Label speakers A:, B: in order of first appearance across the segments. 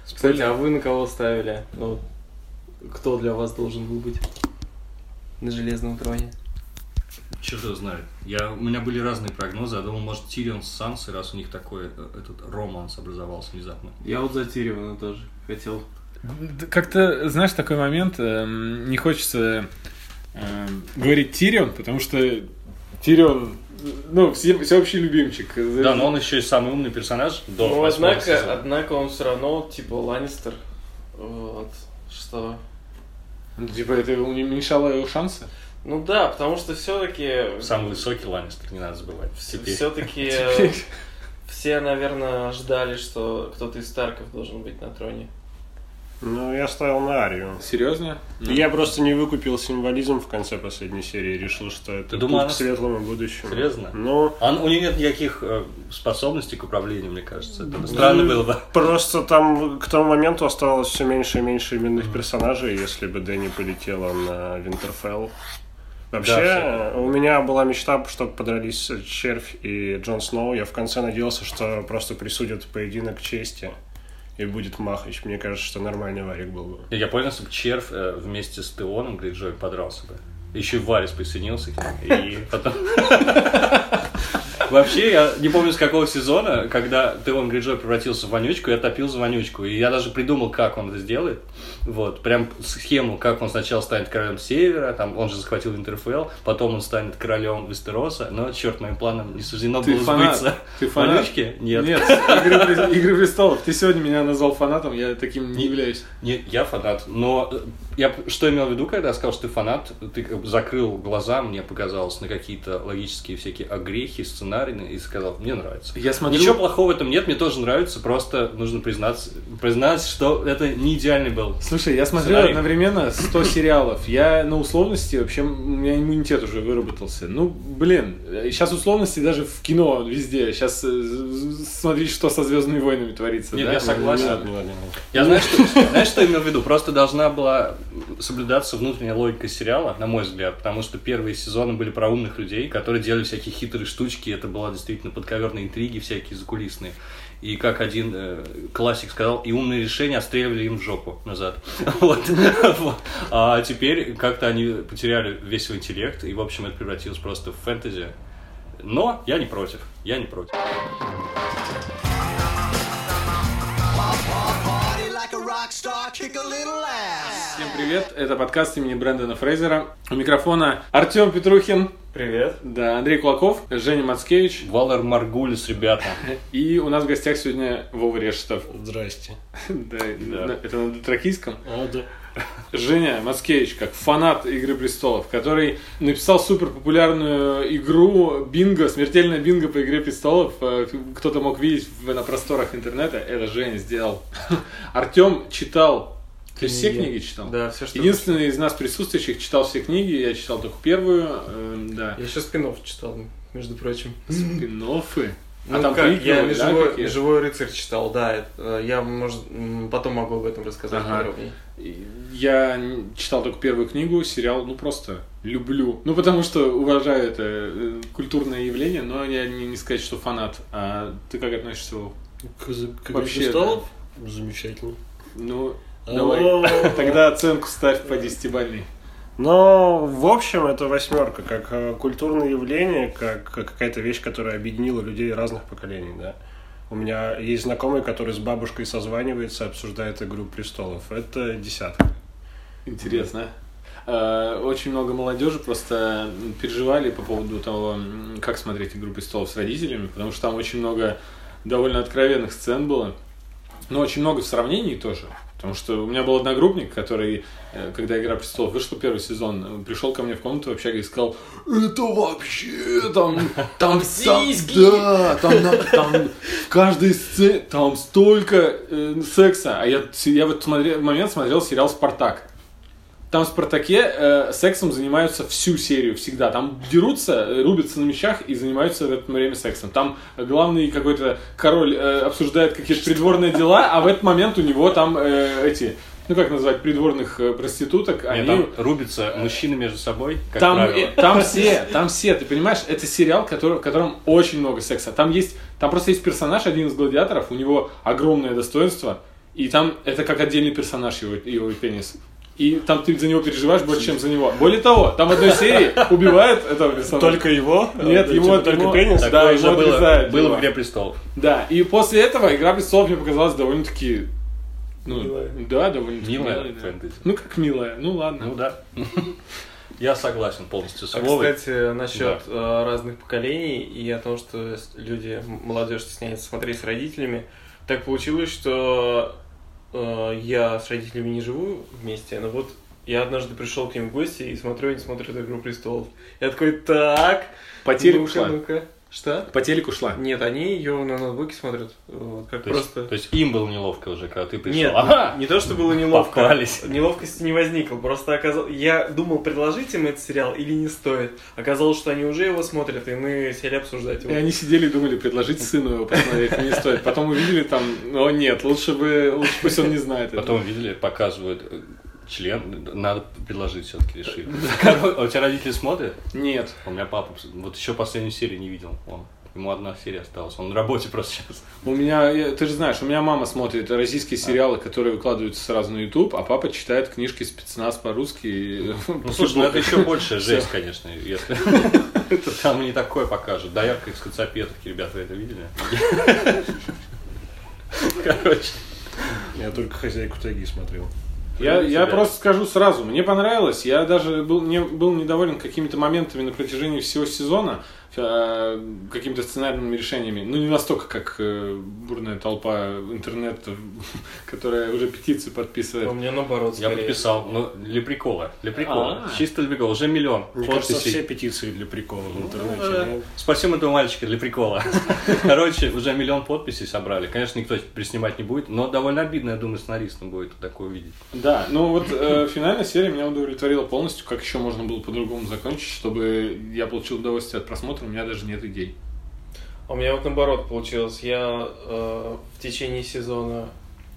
A: Кстати, а вы на кого ставили? Ну, кто для вас должен был быть на Железном троне?
B: Черт его знает. У меня были разные прогнозы. Я думал, может, Тирион с Сансой, раз у них такой этот романс образовался внезапно.
A: Я вот за Тириона тоже хотел.
C: Как-то, знаешь, такой момент, не хочется говорить Тирион, потому что Тирион, ну, всеобщий любимчик.
B: Да, но он еще и самый умный персонаж до 8-го сезона.
A: Однако он все равно, типа, Ланнистер. Вот, что...
C: Типа, это уменьшало его шансы?
A: Ну да, потому что все-таки...
B: Самый высокий Ланнистер, не надо забывать.
A: Все-таки все, наверное, ждали, что кто-то из Старков должен быть на троне.
D: Ну, я ставил на Арию.
C: Серьезно?
D: Я просто не выкупил символизм в конце последней серии. Решил, что это путь к светлому будущему.
B: Серьезно?
D: Ну,
B: у нее нет никаких способностей к управлению, мне кажется. Это странно было бы.
D: Просто там к тому моменту оставалось все меньше и меньше именных персонажей, если бы Дэнни полетела на Винтерфелл. Вообще, да, у меня была мечта, чтобы подрались Червь и Джон Сноу. Я в конце надеялся, что просто присудят поединок чести. И будет махач. Мне кажется, что нормальный варик был бы.
B: Я понял, что Червь вместе с Теоном Грейджой подрался бы. Еще и Варис присоединился к ним. И потом... Вообще, я не помню, с какого сезона, когда Теон Грейджой превратился в вонючку, я топил за вонючку. И я даже придумал, как он это сделает. Вот, прям схему, как он сначала станет королем Севера, там, он же захватил Винтерфелл, потом он станет королем Вестероса, но, черт, моим планам не суждено было сбыться.
C: Ты фанат?
B: Вонючки? Нет.
C: Нет, Игры престолов. Ты сегодня меня назвал фанатом, я таким не являюсь.
B: Нет, я фанат, но я что имел в виду, когда я сказал, что ты фанат, ты как бы закрыл глаза, мне показалось, на какие-то логические всякие огрехи, сценарии, и сказал, мне нравится.
C: Я смотрю...
B: Ничего плохого в этом нет, мне тоже нравится, просто нужно признать, что это не идеальный был.
C: Слушай, я смотрел одновременно 100 сериалов. Я на условности, вообще, у меня иммунитет уже выработался. Ну, блин, сейчас условности даже в кино везде. Сейчас смотрите, что со «Звездными войнами» творится.
B: Нет,
C: да?
B: я согласен. Я знаешь, что имел в виду? Просто должна была соблюдаться внутренняя логика сериала, на мой взгляд, потому что первые сезоны были про умных людей, которые делали всякие хитрые штучки. Это была действительно подковерные интриги всякие закулисные. И как один классик сказал, и умные решения отстреливали им в жопу назад. Вот. А теперь как-то они потеряли весь свой интеллект, и, в общем, это превратилось просто в фэнтези. Но я не против. Я не против.
C: Всем привет, это подкаст имени Брэндона Фрейзера. У микрофона Артем Петрухин.
A: Привет.
C: Да, Андрей Кулаков, Женя Мацкевич.
B: Валер Маргулис, ребята.
C: И у нас в гостях сегодня Вова Решетов.
D: Здрасте.
C: Да, это на дотракийском?
D: Да.
C: Женя Мацкевич, как фанат «Игры престолов», который написал супер популярную игру «Бинго», смертельное бинго по «Игре престолов». Кто-то мог видеть на просторах интернета. Это Женя сделал. Артем читал. Ты все книги читал?
A: Да, все, что...
C: Единственный из нас присутствующих читал все книги. Я читал только первую. Да.
A: Я еще спин-офф читал, между прочим.
C: Спин-оффы?
A: Ну,
C: там
A: как, я
C: да,
A: «Живой рыцарь» читал, да. Я, может, потом могу об этом рассказать подробнее.
C: Я читал только первую книгу, сериал, ну, просто люблю. Ну, потому что уважаю это культурное явление, но я не сказать, что фанат. А ты как относишься, Вов?
D: К «Игре престолов»? Да. Замечательно.
C: Ну, давай. Тогда оценку ставь по 10-бальной.
D: Но, в общем, это 8, как культурное явление, как какая-то вещь, которая объединила людей разных поколений, да. У меня есть знакомый, который с бабушкой созванивается, обсуждает «Игру престолов». Это 10.
C: Интересно. Очень много молодежи просто переживали по поводу того, как смотреть «Игру престолов» с родителями, потому что там очень много довольно откровенных сцен было, но очень много в сравнении тоже. Потому что у меня был одногруппник, который, когда «Игра престолов» вышла первый сезон, пришел ко мне в комнату в общаге и сказал: это вообще там сиськи! Да, там в каждой сцене там столько секса. А я в этот момент смотрел сериал «Спартак». Там в «Спартаке» сексом занимаются всю серию всегда. Там дерутся, рубятся на мечах и занимаются в это время сексом. Там главный какой-то король обсуждает какие-то придворные дела, а в этот момент у него там ну как назвать, придворных проституток.
B: Нет,
C: они
B: там рубятся мужчины между собой, как
C: там,
B: правило.
C: Там все, ты понимаешь, это сериал, в котором очень много секса. Там просто есть персонаж, один из гладиаторов, у него огромное достоинство. И там это как отдельный персонаж его пенис. И там ты за него переживаешь больше, чем за него. Более того, там в одной серии убивают этого персонажа.
D: Только его?
C: Нет, ему
D: только пенис?
C: Да, ему отрезают.
B: Было в «Игре престолов».
C: Да, и после этого «Игра престолов» мне показалась довольно-таки...
A: Милая.
C: Да, довольно-таки
B: Милая
C: да.
B: фэнтези.
C: Ну, как милая, ну ладно.
B: Ну да. Я согласен полностью с
A: А,
B: Вовой.
A: кстати, насчет разных поколений и о том, что люди, молодежь стесняется смотреть с родителями, так получилось, что я с родителями не живу вместе, но вот я однажды пришел к ним в гости и смотрю, они смотрят «Игру престолов». Я такой, так...
C: По телеку
A: ну-ка,
C: шла.
A: ну-ка. Что?
C: По телеку шла.
A: Нет, они ее на ноутбуке смотрят. Вот, как просто...
B: То есть им было неловко уже, когда ты пришел.
A: Нет,
B: Ага!
A: не то, что было неловко.
B: Попались.
A: Неловкости не возникло. Просто оказалось... Я думал, предложить им этот сериал или не стоит. Оказалось, что они уже его смотрят, и мы сели обсуждать его.
C: И они сидели и думали, предложить сыну его посмотреть, не стоит. Потом увидели там, о нет, лучше пусть он не знает.
B: Потом видели, показывают член, надо предложить все-таки решили. А у тебя родители смотрят?
C: Нет.
B: У меня папа, вот еще последнюю серию не видел. Ему одна серия осталась. Он на работе просто сейчас.
C: У меня, ты же знаешь, у меня мама смотрит российские сериалы, которые выкладываются сразу на YouTube, а папа читает книжки «Спецназ» по-русски.
B: Ну, слушай, ну это еще большая жесть, конечно, если там не такое покажут. Доярка из Коцапетовки, ребята, вы это видели? Короче.
D: Я только «Хозяйку тайги» смотрел.
C: Я просто скажу сразу, мне понравилось, я даже был недоволен какими-то моментами на протяжении всего сезона, какими-то сценарными решениями, ну не настолько, как бурная толпа интернета, которая уже петицию подписывает.
A: У меня наоборот,
B: Я
A: скорее.
B: подписал, ну, для прикола, чисто для прикола, уже 1 миллион
D: Мне кажется, все
B: подписей.
D: петиции для прикола в интернете.
B: Спасибо этого мальчика для прикола. Короче, уже 1 миллион подписей собрали. Конечно, никто приснимать не будет, но довольно обидно, я думаю, сценаристам будет такое увидеть.
C: Да, ну вот финальная серия меня удовлетворила полностью, как еще можно было по-другому закончить, чтобы я получил удовольствие от просмотра, у меня даже нет идей.
A: А у меня вот наоборот получилось. Я в течение сезона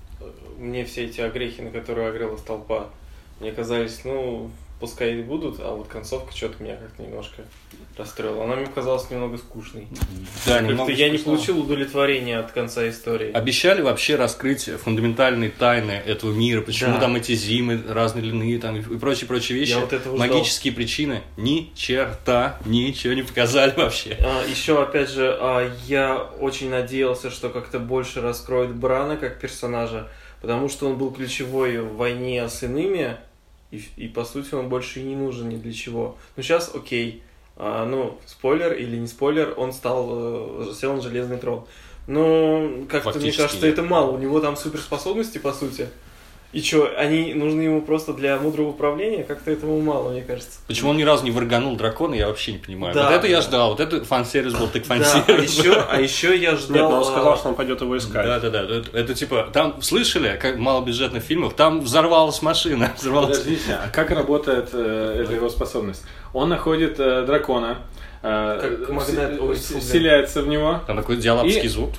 A: мне все эти огрехи, на которые огрелась толпа, мне казались, ну, пускай и будут, а вот концовка что-то меня как-то немножко расстроила. Она мне показалась немного скучной.
B: Да,
A: Как-то
B: немного
A: я не
B: скучно.
A: получил удовлетворения от конца истории.
B: Обещали вообще раскрыть фундаментальные тайны этого мира, почему
A: Да.
B: там эти зимы разной длины там, и прочие вещи,
A: Я вот этого ждал.
B: магические причины. Ни черта, ничего не показали вообще.
A: Еще, опять же, я очень надеялся, что как-то больше раскроет Брана как персонажа, потому что он был ключевой в войне с иными, и по сути он больше и не нужен ни для чего. Ну сейчас, окей, ну, спойлер или не спойлер, он сел на железный трон. Но как-то, мне
B: Фактически
A: кажется,
B: нет.
A: это мало. У него там суперспособности, по сути. И что, они нужны ему просто для мудрого управления? Как-то этого мало, мне кажется.
B: Почему он ни разу не варганул дракона, я вообще не понимаю.
A: Да,
B: вот это я
A: да.
B: ждал, вот это фан-сервис был, так
A: Да,
B: фан-сервис.
A: а еще я
D: Нет,
A: ждал...
D: но он сказал, что он пойдет его искать.
B: Да. Это типа, там, слышали, как в малобюджетных фильмах, там взорвалась машина.
C: Подождите, а как работает эта его способность? Он находит дракона,
A: Как магнит,
C: вселяется в него,
B: Там такой диалогский
C: И-
B: звук.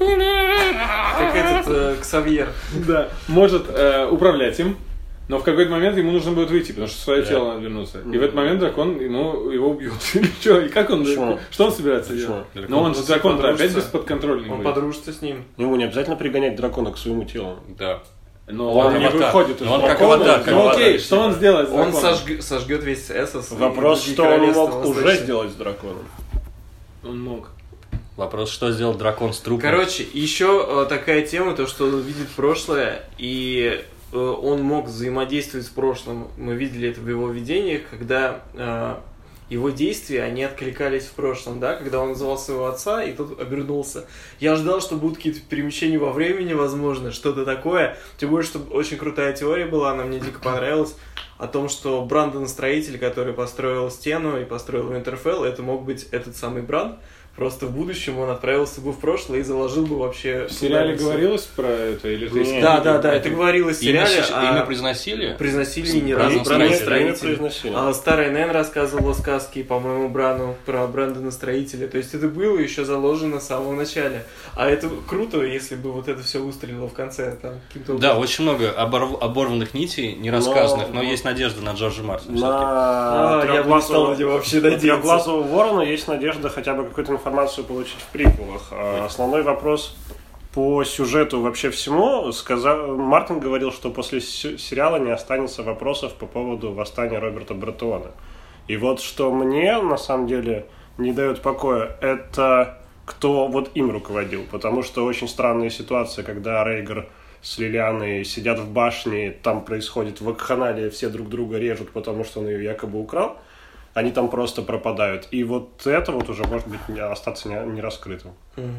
A: Как этот Ксавьер.
C: да, может управлять им, но в какой-то момент ему нужно будет выйти, потому что в свое
B: Да.
C: тело надо вернуться. И в этот момент дракон его убьет. Или что? И как он?
D: Почему?
C: Что он собирается
D: Почему?
C: делать? Но он же дракон-то опять
A: подружится.
C: бесподконтрольный
A: Он
C: будет.
A: подружится с ним.
D: Ему не обязательно пригонять дракона к своему телу.
B: Да.
C: Но
B: Он
C: он не
B: аватар.
C: выходит
B: Но
C: из
B: он как
C: дракона.
B: аватар, как
C: Ну окей,
B: аватар.
C: что он сделает с
A: Он
C: драконом?
A: сожгет весь Эссос. и
D: Вопрос,
A: другие
D: что он
A: королевства
D: мог уже
A: восточные.
D: сделать с драконом.
C: Он мог.
B: Вопрос, что сделал дракон с трупом.
A: Короче, еще такая тема, то, что он видит прошлое, и он мог взаимодействовать с прошлым. Мы видели это в его видениях, когда его действия, они откликались в прошлом, да, когда он называл своего отца, и тот обернулся. Я ждал, что будут какие-то перемещения во времени, возможно, что-то такое. Тем более, что очень крутая теория была, она мне дико понравилась, о том, что Брандон строитель, который построил стену и построил Винтерфелл, это мог быть этот самый Бранд. Просто в будущем он отправился бы в прошлое и заложил бы вообще...
C: В сериале
A: туда
C: говорилось про это? Или ты
D: Нет.
A: Да, это говорилось в
B: Имя,
A: сериале,
B: имя произносили?
A: произносили не
B: Брандон
A: раз Брандон
B: Строитель.
A: Строитель.
D: произносили.
A: Старый Нэн рассказывал сказки, по-моему, Брану про Брэндона Строителя. То есть это было еще заложено с самого начала. А это круто, если бы вот это все выстрелило в конце. Там, каким-то
B: Да,
A: образом.
B: очень много оборванных нитей, не рассказанных, но есть надежда на Джорджа Мартина. всё-таки.
D: На
A: я бы не стал на него вообще надеяться.
D: трехглазого ворона есть надежда хотя бы какую-то информацию получить в приквелах. А основной вопрос, по сюжету вообще всему Мартин говорил, что после сериала не останется вопросов по поводу восстания Роберта Бертона. И вот что мне, на самом деле, не дает покоя, это кто вот им руководил. Потому что очень странная ситуация, когда Рейгар с Лилианой сидят в башне, там происходит вакханалия, все друг друга режут, потому что он ее якобы украл. Они там просто пропадают. И вот это вот уже может быть остаться не раскрытым.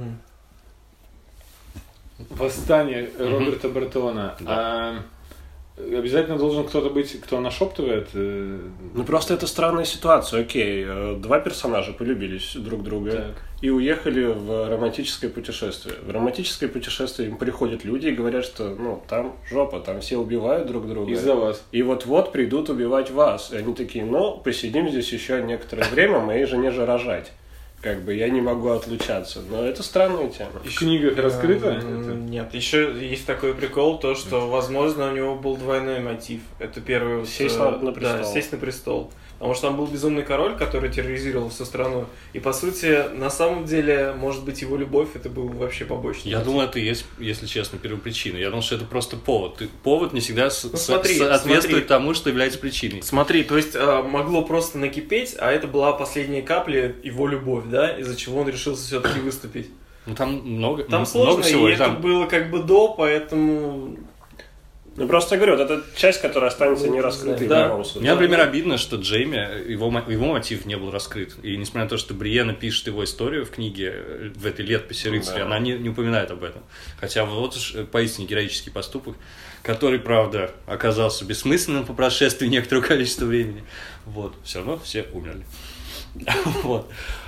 C: Восстание Роберта Бертона.
B: Да.
C: Обязательно должен кто-то быть, кто нашептывает?
D: Ну просто это странная ситуация. Окей, два персонажа полюбились друг друга
C: Так.
D: и уехали в романтическое путешествие. В романтическое путешествие им приходят люди и говорят, что там жопа, там все убивают друг друга.
C: Из-за вас.
D: И вот-вот придут убивать вас. И они такие, посидим здесь еще некоторое время, моей жене же рожать. Как бы я не могу отлучаться. Но это странная тема.
C: В книгах раскрыто?
A: Нет, еще есть такой прикол, то, что, возможно, у него был двойной мотив. Это первый...
D: Сесть на престол.
A: Да, сесть на престол. Потому что там был безумный король, который терроризировал всю страну. И, по сути, на самом деле, может быть, его любовь, это был вообще побочный
B: Я
A: мотив.
B: думаю, это и есть, если честно, первопричина. Я думал, что это просто повод. Повод не всегда
A: смотри.
B: соответствует тому, что является причиной.
A: Смотри, то есть могло просто накипеть, а это была последняя капля, его любовь, да, из-за чего он решился все-таки выступить.
B: Ну там много
A: Сложно,
B: всего.
A: и это было как бы до, поэтому...
D: Просто я говорю, вот эта часть, которая останется не раскрытой в любом случае.
B: Мне, например, обидно, что Джейми, его мотив не был раскрыт. И несмотря на то, что Бриена пишет его историю в книге, в этой летописи рыцаря, она не упоминает об этом. Хотя вот уж поистине героический поступок, который, правда, оказался бессмысленным по прошествии некоторого количества времени. Вот. Все равно все умерли. Вот.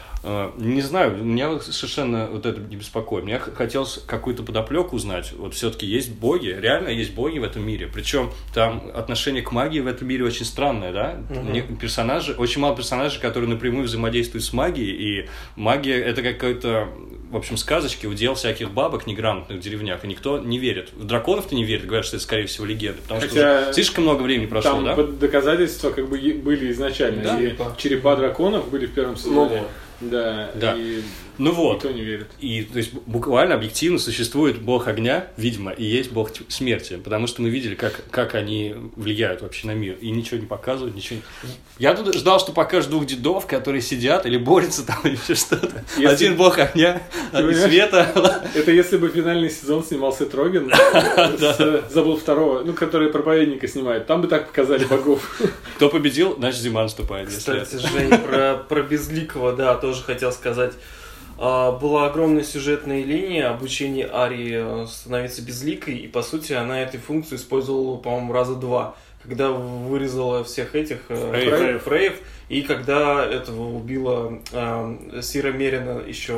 B: Не знаю, меня совершенно вот это не беспокоит. Мне хотелось какую-то подоплеку узнать. Вот все-таки есть боги, реально есть боги в этом мире. Причем там отношение к магии в этом мире очень странное, да? Персонажи, очень мало персонажей, которые напрямую взаимодействуют с магией. И магия — это какой-то, в общем, сказочки, удел всяких бабок неграмотных в деревнях. И никто не верит. В драконов-то не верит, говорят, что это, скорее всего, легенда. Потому что уже слишком много времени прошло,
C: там
B: да?
C: доказательства как бы были изначально.
B: Да?
C: И черепа драконов были в первом сезоне. Да. И
B: ну вот.
C: никто не верит.
B: И то есть буквально объективно существует бог огня, видимо, и есть бог смерти, потому что мы видели, как они влияют вообще на мир, и ничего не показывают, ничего не... Я тут ждал, что покажут двух дедов, которые сидят или борются там, или еще что-то. Один бог огня, света.
C: Это если бы финальный сезон снимался Трогин, забыл второго, который проповедника снимает, там бы так показали богов.
B: Кто победил, значит зима наступает.
A: Кстати, Жень, про Безликого, да, тоже хотел сказать. Была огромная сюжетная линия обучения Арии становиться безликой, и, по сути, она эту функцию использовала, по-моему, раза два. Когда вырезала всех этих фреев, и когда этого убила Сира Мерина еще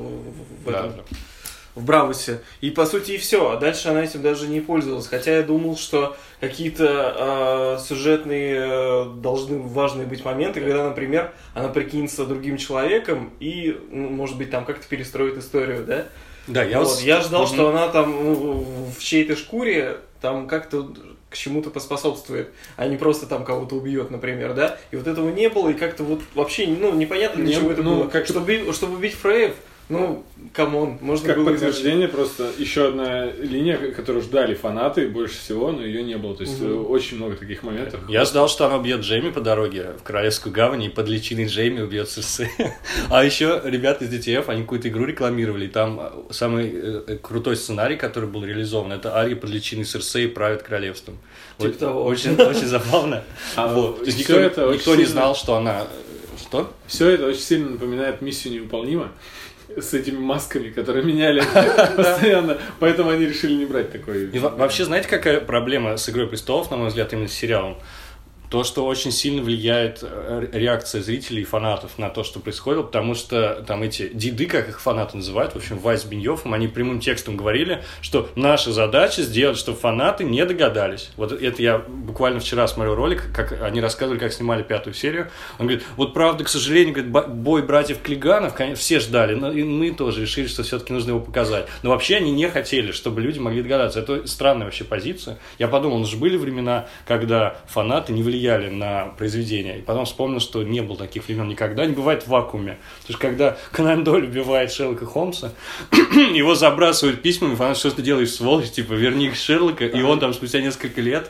A: в Бравусе. И, по сути, и все. А дальше она этим даже не пользовалась. Хотя я думал, что какие-то сюжетные должны важные быть моменты, когда, например, она прикинется другим человеком и, может быть, там как-то перестроит историю, да?
B: Да,
A: я ждал, что она там в чьей-то шкуре там как-то к чему-то поспособствует, а не просто там кого-то убьет, например, да? И вот этого не было, и как-то вот вообще, непонятно, для чего это было. Чтобы убить Фреев, камон, можно
C: как
A: было...
C: Как подтверждение, просто еще одна линия, которую ждали фанаты больше всего, но ее не было. То есть очень много таких моментов.
B: Я ждал, что она убьет Джейми по дороге в Королевскую гавань, и под личиной Джейми убьет Серсея. А еще ребята из DTF, они какую-то игру рекламировали, и там самый крутой сценарий, который был реализован, это Ария под личиной Серсея правит королевством.
A: Типа того.
B: Очень забавно. То есть никто не знал, что она... Что?
C: Все это очень сильно напоминает «Миссию невыполнима». С этими масками, которые меняли постоянно, поэтому они решили не брать такой...
B: Вообще, знаете, какая проблема с «Игрой престолов», на мой взгляд, именно с сериалом? То, что очень сильно влияет реакция зрителей и фанатов на то, что происходит, потому что там эти деды, как их фанаты называют, в общем, Вайс с Беньёфом, они прямым текстом говорили, что наша задача сделать, чтобы фанаты не догадались. Вот это я буквально вчера смотрел ролик, как они рассказывали, как снимали 5-ю серию. Он говорит, вот правда, к сожалению, говорит, бой братьев Клиганов, конечно, все ждали, но и мы тоже решили, что все-таки нужно его показать. Но вообще они не хотели, чтобы люди могли догадаться. Это странная вообще позиция. Я подумал, же были времена, когда фанаты не влияли повлияли на произведение. И потом вспомнил, что не было таких времен никогда, не бывает в вакууме. Потому что когда Конан Дойль убивает Шерлока Холмса, его забрасывают письмами, фанат, что ты делаешь, сволочь, типа, верни Шерлока, и он там спустя несколько лет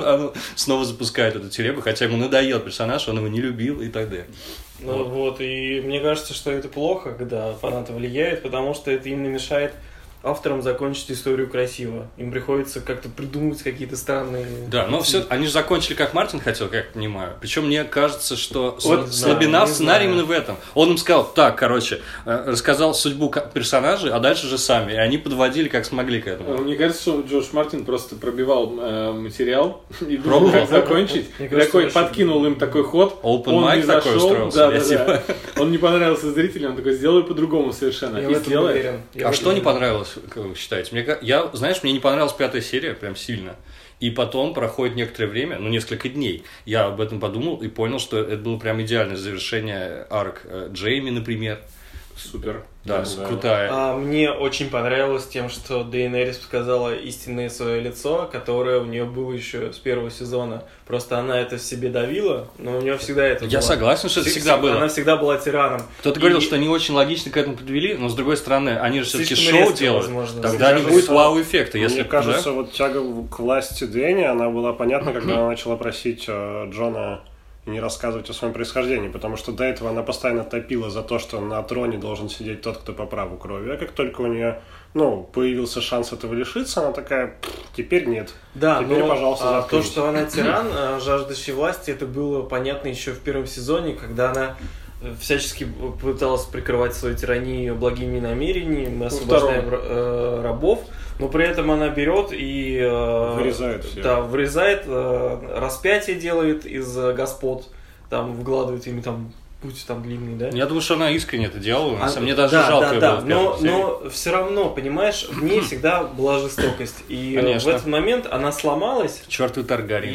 B: снова запускает эту телегу, хотя ему надоел персонаж, он его не любил и так далее.
A: Ну вот, и мне кажется, что это плохо, когда фанаты влияют, потому что это именно мешает авторам закончить историю красиво. Им приходится как-то придумывать какие-то странные...
B: Да, но все, они же закончили, как Мартин хотел, как я понимаю. Причем мне кажется, что
A: Вот,
B: слабина
A: да,
B: в сценарии именно в этом. Он им сказал, так, короче, рассказал судьбу персонажей, а дальше же сами. И они подводили, как смогли к этому.
C: Мне кажется, что Джордж Мартин просто пробивал материал и думал, как закончить. Такой подкинул им такой ход.
B: Open
C: он
B: mic
C: не
B: такой
C: зашел.
B: устроился.
C: Да. Он не понравился зрителям, он такой, сделай по-другому совершенно.
A: Я
C: И
A: в этом
C: сделает.
A: уверен.
B: А что не понравилось, как вы считаете? Знаешь, мне не понравилась 5-я серия, прям сильно. И потом проходит некоторое время, несколько дней. Я об этом подумал и понял, что это было прям идеальное завершение арк Джейми, например.
C: Супер.
B: Да, крутая.
A: Мне очень понравилось тем, что Дейенерис показала истинное свое лицо, которое у нее было еще с первого сезона. Просто она это в себе давила, но у нее всегда это было.
B: Я согласен, что это всегда было.
A: Она всегда была тираном.
B: Кто-то говорил, что они очень логично к этому подвели, но с другой стороны, они же все-таки
A: Слишком
B: шоу
A: резко,
B: делают.
A: возможно.
B: Тогда не будет вау-эффекта.
D: Мне кажется, вот тяга к власти Дэнни, она была понятна, когда она начала просить Джона не рассказывать о своем происхождении, потому что до этого она постоянно топила за то, что на троне должен сидеть тот, кто по праву крови. А как только у нее, появился шанс этого лишиться, она такая, теперь нет.
A: Да,
D: теперь,
A: но
D: пожалуйста,
A: то,
D: заткнись.
A: что она тиран, жаждущий власти, это было понятно еще в первом сезоне, когда она всячески пыталась прикрывать свою тиранию благими намерениями, мы освобождаем рабов, но при этом она берет и
D: вырезает все.
A: Да, вырезает, распятие делает из господ, там вкладывает ими там путь там длинный, да?
B: Я думаю, что она искренне это делала. Мне даже жалко было.
A: Но все равно, понимаешь, в ней всегда была жестокость. И
B: Конечно.
A: в этот момент она сломалась.
B: Чёртовы Таргариены.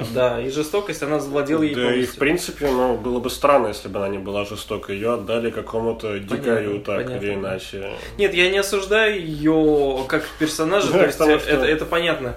A: И жестокость, она завладела ей
D: Да,
A: полностью.
D: и в принципе, было бы странно, если бы она не была жестокой. Ее отдали какому-то дикарю, так или иначе.
A: Нет, я не осуждаю ее как персонажа, то есть это понятно.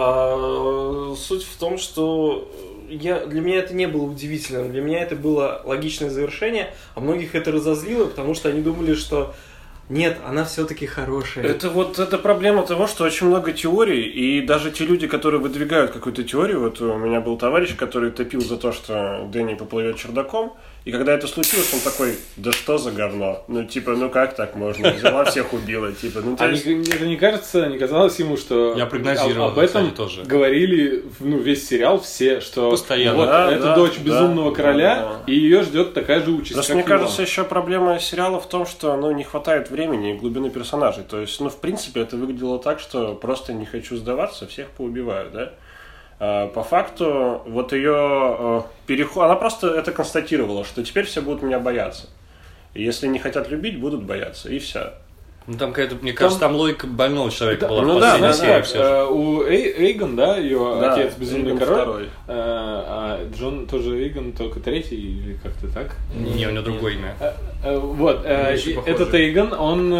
A: Суть в том, что для меня это не было удивительным, для меня это было логичное завершение, а многих это разозлило, потому что они думали, что нет, она все-таки хорошая.
D: Это проблема того, что очень много теорий, и даже те люди, которые выдвигают какую-то теорию, вот у меня был товарищ, который топил за то, что Дэнни поплывет чердаком, и когда это случилось, он такой, да что за говно? Как так можно? Взяла, всех убила,
C: Это не кажется, не казалось ему, что
B: я прогнозировал,
C: об этом
B: тоже
C: говорили весь сериал все, что
B: постоянно.
C: Вот это дочь безумного короля, и ее ждет такая же участь.
D: Просто мне кажется, еще проблема сериала в том, что не хватает времени и глубины персонажей. То есть, в принципе, это выглядело так, что просто не хочу сдаваться, всех поубиваю, да? По факту, вот ее переход, она просто это констатировала, что теперь все будут меня бояться. И если не хотят любить, будут бояться, и все.
B: Там какая-то, мне кажется, там логика больного человека была в
C: да,
B: последней серии. Все же.
C: У Эйгон, да, ее отец безумный король.
D: Второй.
C: А Джон тоже Эйгон, только третий, или как-то так?
B: Не, у него другое имя.
C: Вот, этот Эйгон,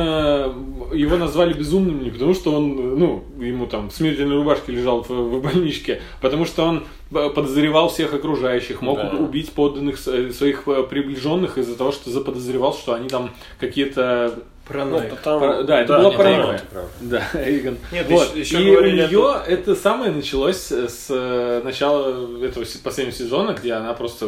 C: его назвали безумным не потому, что он, ему там в смертельной рубашке лежал в больничке, потому что он подозревал всех окружающих, мог убить подданных своих приближенных из-за того, что заподозревал, что они там какие-то...
A: Паранойя.
C: Это была паранойя. Да, Эйгон.
A: Нет,
C: вот.
A: еще
C: и у нее это самое началось с начала этого последнего сезона, где она просто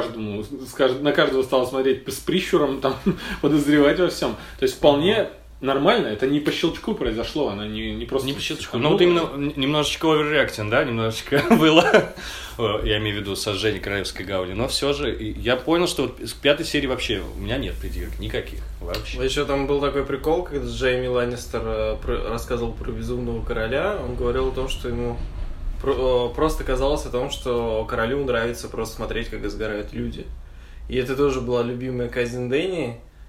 C: на каждого стала смотреть с прищуром, там, подозревать во всем. То есть вполне нормально, это не по щелчку произошло, она не просто...
B: Не по щелчку, но вот именно немножечко оверреактинг, да, немножечко было, я имею в виду сожжение Королевской гавани, но все же я понял, что вот с 5-й серии вообще у меня нет придирок никаких вообще.
A: Еще там был такой прикол, когда Джейми Ланнистер рассказывал про Безумного Короля, он говорил о том, что ему просто казалось о том, что королю нравится просто смотреть, как сгорают люди. И это тоже была любимая казнь Дэнни.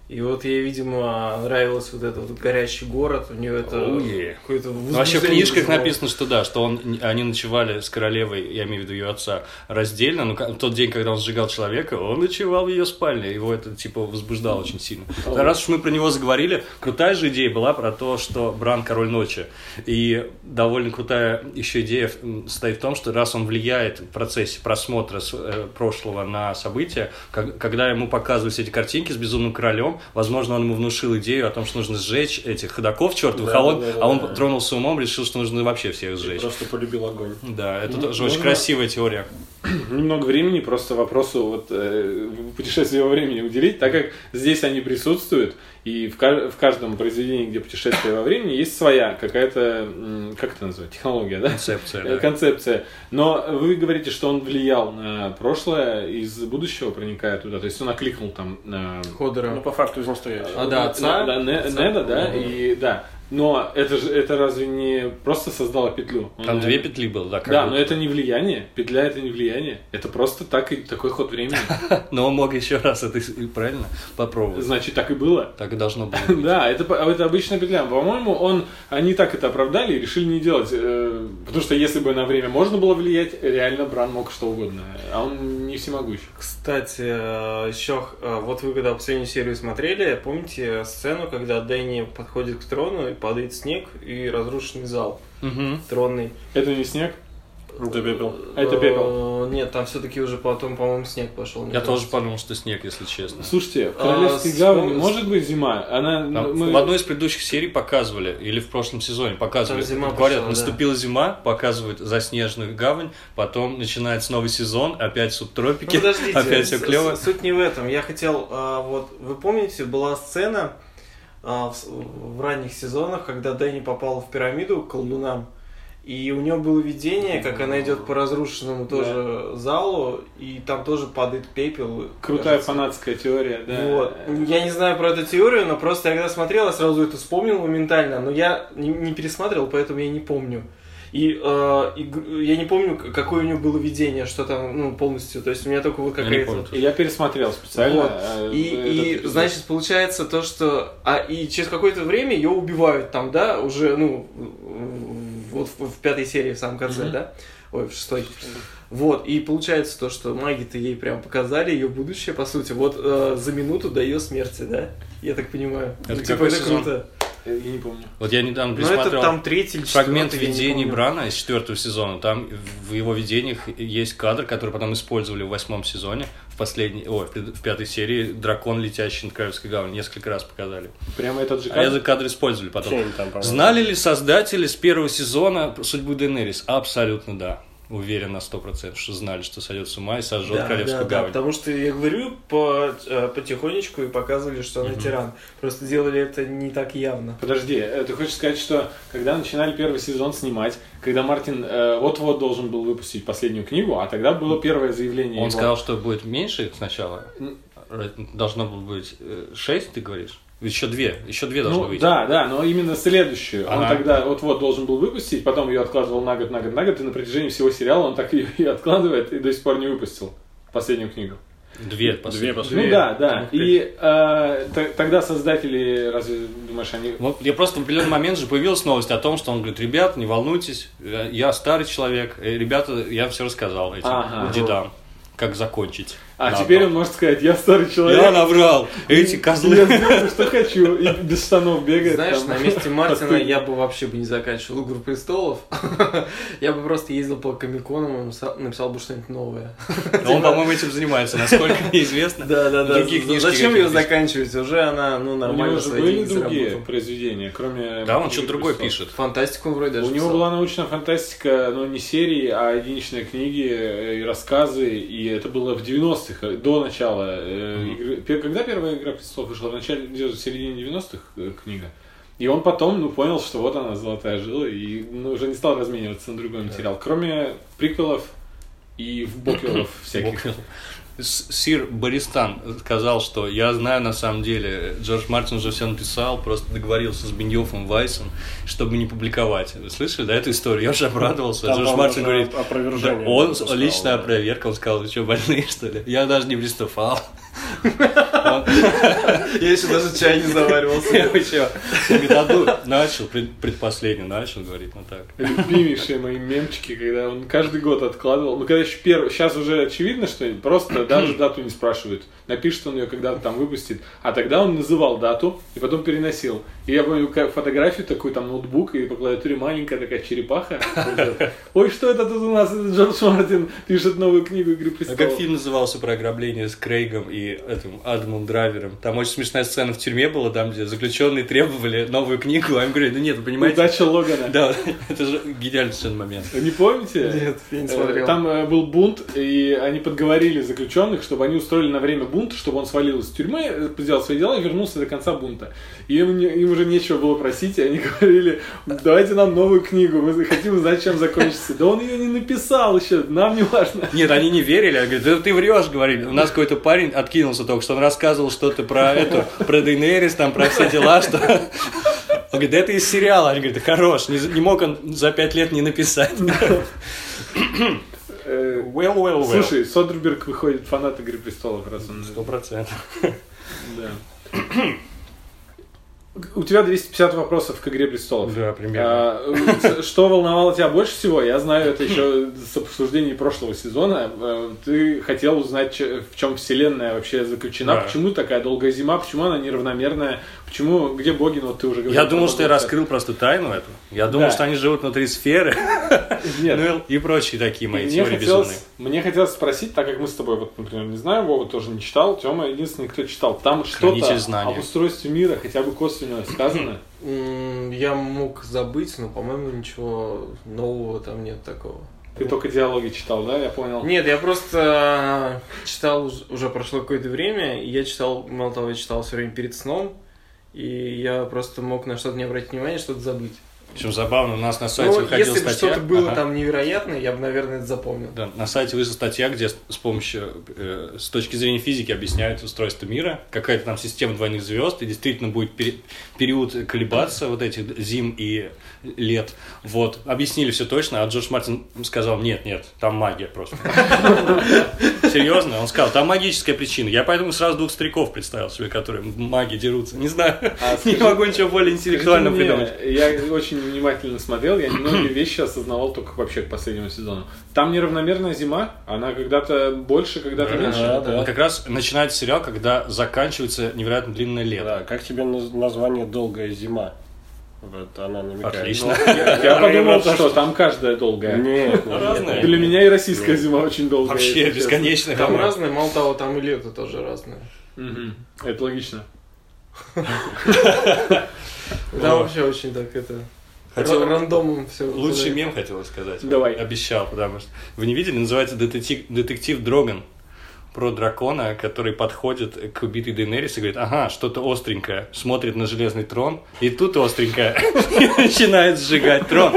A: И вот ей, видимо, нравилось вот этот вот горящий город, у нее это какое-то возбуждение.
B: Ну, вообще в книжках написано, что да, что они ночевали с королевой, я имею в виду ее отца, раздельно, но в тот день, когда он сжигал человека, он ночевал в ее спальне, его это типа возбуждало очень сильно. Раз уж мы про него заговорили, крутая же идея была про то, что Бран король ночи, и довольно крутая еще идея состоит в том, что раз он влияет в процессе просмотра прошлого на события, когда ему показывают все эти картинки с безумным королем, возможно, он ему внушил идею о том, что нужно сжечь этих ходоков чертовых, он тронулся умом, решил, что нужно вообще всех сжечь.
D: Просто полюбил огонь.
B: Да, это тоже очень красивая теория.
C: Немного времени просто вопросу вот, путешествия во времени уделить, так как здесь они присутствуют, и в каждом произведении, где путешествие во времени, есть своя какая-то, как это называется, технология, да?
B: Концепция, да.
C: Концепция. Но вы говорите, что он влиял на прошлое, из будущего проникая туда, то есть он окликнул там...
A: Ходора.
D: Ну, по факту из настоящего.
A: Да, отца.
C: Неда, да, и да. Но это разве не просто создало петлю?
B: Там две петли было, да?
C: Да, но это не влияние. Петля — это не влияние. Это просто такой ход времени.
B: Но он мог еще раз это правильно попробовать.
C: Значит, так и было.
B: Так и должно было.
C: Да, это обычная петля. По-моему, они так это оправдали и решили не делать. Потому что если бы на время можно было влиять, реально Бран мог что угодно. А он не всемогущ.
A: Кстати, еще вот вы когда последнюю серию смотрели, помните сцену, когда Дэнни подходит к трону, падает снег и разрушенный зал тронный.
C: Это не снег?
D: Это пепел.
C: Это пепел.
A: Нет, там все-таки уже потом, по-моему, снег пошел.
B: Я тоже подумал, что снег, если честно.
C: Слушайте, в Королевской гавани может быть зима?
B: В одной из предыдущих серий показывали, или в прошлом сезоне показывали.
A: Зима
B: говорят,
A: пошла,
B: наступила зима, показывают заснеженную гавань, потом начинается новый сезон, опять субтропики, опять все клево.
A: Суть не в этом. Я хотел, вот, вы помните, была сцена в ранних сезонах, когда Дэнни попала в пирамиду к колдунам, и у нее было видение, как она идет по разрушенному тоже залу, и там тоже падает пепел.
C: Крутая фанатская теория, да.
A: Вот. Я не знаю про эту теорию, но просто я когда смотрел, я сразу это вспомнил моментально, но я не пересматривал, поэтому я не помню. И я не помню, какое у него было видение, что там, полностью. То есть у меня только вот какая-то...
C: Я пересмотрел специально.
A: Вот. И значит, получается то, что... И через какое-то время ее убивают там, да, уже, вот в 5-й серии, в самом конце, да? Ой, в 6-й. Вот, и получается то, что маги-то ей прям показали ее будущее, по сути, вот за минуту до ее смерти, да? Я так понимаю.
B: Это какой сезон?
A: Круто.
C: Я не помню.
B: Вот я недавно пересмотрел
A: это там 3-й или 4-й,
B: фрагмент видений Брана из 4-го сезона. Там в его видениях есть кадр, который потом использовали в 8-м сезоне, в 5-й серии, дракон, летящий над Королевской гаванью. Несколько раз показали.
C: Прямо этот же кадр?
B: А этот кадр использовали потом. Знали ли создатели с 1-го сезона судьбу Дейенерис? Абсолютно да. Уверен на 100%, что знали, что сойдет с ума и сожжет Королевскую гавань.
A: Потому что, я говорю, потихонечку и показывали, что она тиран. Просто делали это не так явно.
C: Подожди, ты хочешь сказать, что когда начинали 1-й сезон снимать, когда Мартин вот-вот должен был выпустить последнюю книгу, а тогда было первое заявление
B: Он сказал, что будет меньше сначала? Должно было быть 6, ты говоришь? Еще две должны выйти.
C: Да, но именно следующую. Он тогда вот-вот должен был выпустить, потом ее откладывал на год, и на протяжении всего сериала он так ее и откладывает, и до сих пор не выпустил последнюю книгу.
B: Две последние.
C: Ну да. И тогда создатели, разве думаешь, они...
B: Вот я просто в определенный момент же появилась новость о том, что он говорит: ребят, не волнуйтесь, я старый человек, ребята, я все рассказал этим дедам, как закончить.
C: Теперь он может сказать: я старый человек.
B: Я наврал. Эти козлы.
C: Я сделаю, что хочу. И без штанов бегает.
A: Знаешь, на месте Мартина я бы вообще не заканчивал «Игру престолов». Я бы просто ездил по комиконам и написал бы что-нибудь новое.
B: Он, по-моему, этим занимается, насколько мне известно.
A: Да.
B: Другие
A: Зачем ее заканчивать? Уже она, нормально
C: свои деньги заработала. У него же были другие произведения,
B: Да, он что-то другое пишет.
A: Фантастику он вроде даже
C: У него была научная фантастика, но не серии, а единичные книги и рассказы. И это было в 90-х, до начала игры. Когда первая «Игра престолов» вышла? В начале, в середине 90-х книга. И он потом, понял, что вот она, золотая жила, и уже не стал размениваться на другой материал. Кроме приквелов и боквелов всяких.
B: Сир Баристан сказал, что я знаю на самом деле, Джордж Мартин уже все написал, просто договорился с Беньёфом Вайсом, чтобы не публиковать. Вы слышали, да, эту историю? Я уже обрадовался.
D: Там,
B: Джордж Мартин говорит,
D: опровержение.
B: он личная опроверка, он сказал: вы что, больные, что ли? Я даже не приступал.
A: Я еще даже чай не заваривался.
B: Я вообще методу начал, предпоследнюю начал, говорит, ну так.
C: Любимейшие мои мемчики, когда он каждый год откладывал. Ну, когда еще сейчас уже очевидно, что просто даже дату не спрашивают. Напишет он ее когда-то там выпустит. А тогда он называл дату и потом переносил. И я помню фотографию, такой там ноутбук, и по клавиатуре маленькая такая черепаха. Ой, что это тут у нас? Это Джордж Мартин пишет новую книгу «Игры
B: А
C: престолов».
B: как фильм назывался про ограбление с Крейгом и этим Адамом Драйвером? Там очень смешная сцена в тюрьме была, там, где заключенные требовали новую книгу, а им говорят, ну нет, вы понимаете...
C: Удача Логана.
B: Да, это же гениальный совершенно момент.
C: Не помните?
A: Нет, я не смотрел.
C: Там был бунт, и они подговорили заключенных, чтобы они устроили на время бунт, чтобы он свалил из тюрьмы, сделал свои дела и вернулся до конца бунта. И им уже нечего было просить, и они говорили, давайте нам новую книгу, мы хотим узнать, чем закончится. Да он ее не написал еще, нам не важно.
B: Нет, они не верили, они говорят, да ты врешь, говорили. У нас какой-то парень откинулся только что, он рассказывал что-то про Дейнерис, там, про все дела, что... Он говорит, да это из сериала. Они говорят, да хорош, не мог он за 5 лет не написать. Well.
C: Слушай, Содерберг выходит фанат «Игры престолов», раз он...
B: 100%.
C: Да. У тебя 250 вопросов к «Игре престолов».
B: Да, примерно.
C: Что волновало тебя больше всего? Я знаю это еще с обсуждений прошлого сезона. Ты хотел узнать, в чем вселенная вообще заключена,
B: Да.
C: Почему такая долгая зима, почему она неравномерная, почему, где боги, ну вот ты уже говорил.
B: Я думал, что я раскрыл просто тайну эту. Я думал,
C: Да.
B: что они живут внутри сферы.
C: Нет.
B: Ну и прочие такие мои теории безумные.
C: Мне хотелось спросить, так как мы с тобой, вот, например, не знаю, Вова тоже не читал, Тёма единственный, кто читал. Там что-то
B: Хранитель знаний.
C: об устройстве мира хотя бы косвенно сказано.
A: Я мог забыть, но, по-моему, ничего нового там нет такого.
C: Ты только диалоги читал, да? Я понял.
A: Нет, я просто читал, уже прошло какое-то время, и я читал, мало того, я читал все время перед сном, и я просто мог на что-то не обратить внимание, что-то забыть.
B: Причем забавно, у нас на сайте
A: Ну,
B: выходила
A: если бы
B: статья.
A: что-то было там невероятное, я бы, наверное, это запомнил.
B: Да, на сайте вышла статья, где с помощью, с точки зрения физики объясняют устройство мира, какая-то там система двойных звезд, и действительно будет период колебаться вот этих зим и лет. Вот, объяснили все точно, а Джордж Мартин сказал, нет, там магия просто. Серьезно? Он сказал, там магическая причина. Я поэтому сразу двух стариков представил себе, которые маги дерутся. Не знаю, не могу ничего более интеллектуального придумать.
C: Я очень внимательно смотрел, я многие вещи осознавал только вообще к последнему сезону. Там неравномерная зима, она когда-то больше, когда-то меньше.
B: Да. Как раз начинается сериал, когда заканчивается невероятно длинное лето.
D: Да, как тебе название «Долгая зима»? Вот она намекает.
B: Отлично.
C: Я подумал, что там каждая долгая.
D: Нет,
B: разные.
C: Для меня и российская зима очень долгая.
B: Вообще
C: если честно.
B: бесконечно.
A: Там разные, мало того, там и лето тоже разное.
C: Мгм. Это логично.
A: Да, вообще очень так это...
B: Хотел-
A: Рандомом все.
B: Лучший мем хотел сказать.
C: Давай.
B: Обещал, потому что... Вы не видели? Называется «Детектив Дроган». Про дракона, который подходит к убитой Дейнерис и говорит, ага, что-то остренькое, смотрит на железный трон, и тут остренькое, и начинает сжигать трон.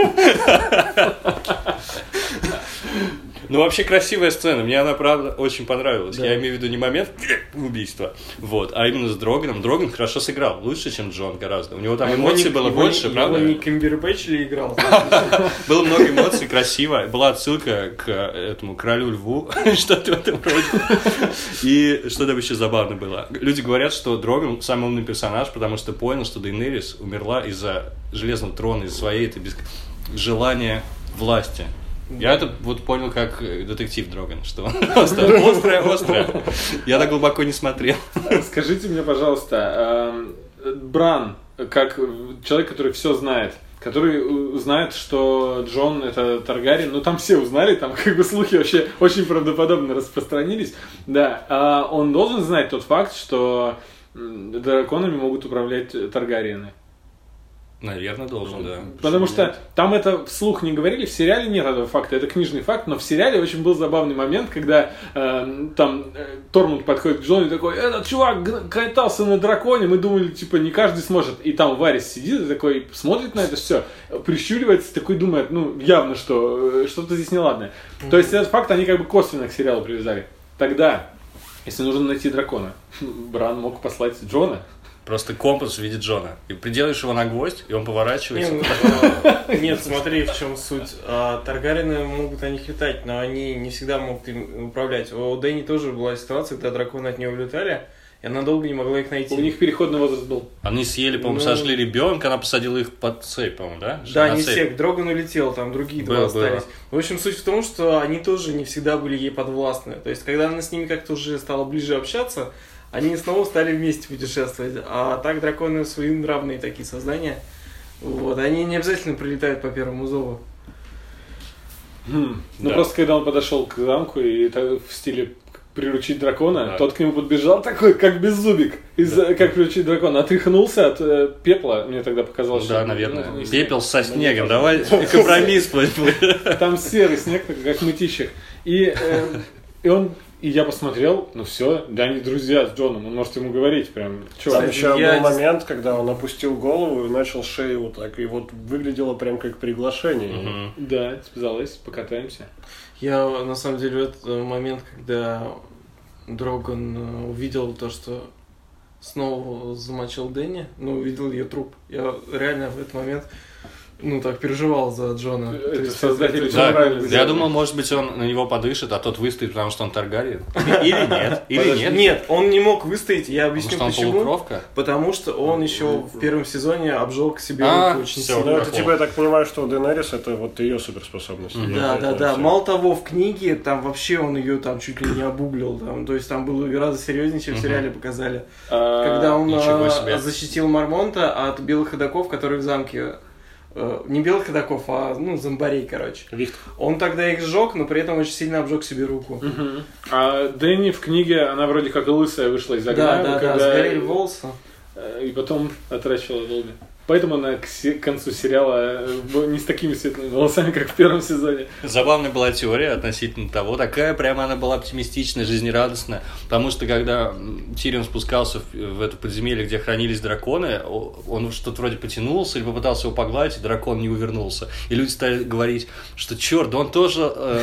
B: Ну, вообще красивая сцена, мне она, правда, очень понравилась.
A: Да.
B: Я имею в виду не момент убийства, вот, а именно с Дроганом. Дроган хорошо сыграл, лучше, чем Джон гораздо. У него там эмоций было больше, правда?
A: Его не Камбербэтч ли играл?
B: Было много эмоций, красиво. Была отсылка к этому королю льву, что-то в этом роде. И что там еще забавно было. Люди говорят, что Дроган самый умный персонаж, потому что понял, что Дейнерис умерла из-за железного трона, из-за своей этой желания власти. Я это вот понял как детектив Дроган, что острое. Я так глубоко не смотрел.
C: Скажите мне, пожалуйста, Бран, как человек, который все знает, который знает, что Джон это Таргариен, ну там все узнали, там как бы слухи вообще очень правдоподобно распространились, да, он должен знать тот факт, что драконами могут управлять Таргариены.
B: Наверное, должен, да.
C: Потому что там это вслух не говорили, в сериале нет этого факта, это книжный факт, но в сериале очень был забавный момент, когда Тормунд подходит к Джону и такой, этот чувак катался на драконе, мы думали, типа, не каждый сможет. И там Варис сидит и такой смотрит на это все, прищуривается, такой думает, ну, явно, что что-то здесь неладное. То есть этот факт они как бы косвенно к сериалу привязали. Тогда, если нужно найти дракона, Бран мог послать Джона.
B: Просто компас в виде Джона. И приделаешь его на гвоздь, и он поворачивается.
A: Нет, смотри, в чем суть. Таргариены могут о них летать, но они не всегда могут им управлять. У Дэнни тоже была ситуация, когда драконы от него улетали, и она долго не могла их найти.
C: У них переходный возраст был.
B: Они съели, по-моему, сожгли ребенка, она посадила их под цепь, по-моему, да?
A: Да, не все, Дроган улетел, там другие два остались. В общем, суть в том, что они тоже не всегда были ей подвластны. То есть, когда она с ними как-то уже стала ближе общаться, они снова стали вместе путешествовать. А так драконы своенравные такие создания. Вот, они не обязательно прилетают по первому зову.
C: Ну, просто когда он подошел к замку и в стиле приручить дракона, тот к нему подбежал такой, как беззубик, как приручить дракона, отряхнулся от пепла, мне тогда показалось,
B: что... Да, наверное. Пепел со снегом, давай компромисс.
C: Там серый снег, как мытищик. И я посмотрел, ну все, да они друзья с Джоном, он может ему говорить прям.
D: Там еще был момент, когда он опустил голову и начал шею вот так, и вот выглядело прям как приглашение.
C: Да, связалась, покатаемся.
A: Я, на самом деле, в этот момент, когда Дроган увидел то, что снова замочил Дэнни, увидел ее труп, я реально в этот момент... так переживал за Джона.
C: Это создатель
B: Я думал, может быть, он на него подышит, а тот выстоит, потому что он Таргариен. Или нет?
A: Нет, он не мог выстоять, я объясню почему.
B: Полукровка?
A: Потому что он еще в первом сезоне обжег себе руку очень сильно.
D: Ну, это я так понимаю, что Дейенерис это вот ее суперспособность.
A: Да. Мало того, в книге там вообще он ее там чуть ли не обуглил. То есть там было гораздо серьезнее, чем в сериале показали. Когда он защитил Мармонта от белых ходоков, которые в замке... Не белых ходоков, а зомбарей, короче. Он тогда их сжег, но при этом очень сильно обжег себе руку.
C: А Дэнни в книге, она вроде как лысая вышла из огня.
A: Да, сгорели волосы.
C: И потом отращивала долго. Поэтому она к концу сериала не с такими светлыми волосами, как в первом сезоне.
B: Забавная была теория относительно того, такая прямо она была оптимистичная, жизнерадостная, потому что когда Тирион спускался в это подземелье, где хранились драконы, он что-то вроде потянулся или попытался его погладить, и дракон не увернулся. И люди стали говорить, что черт, да он тоже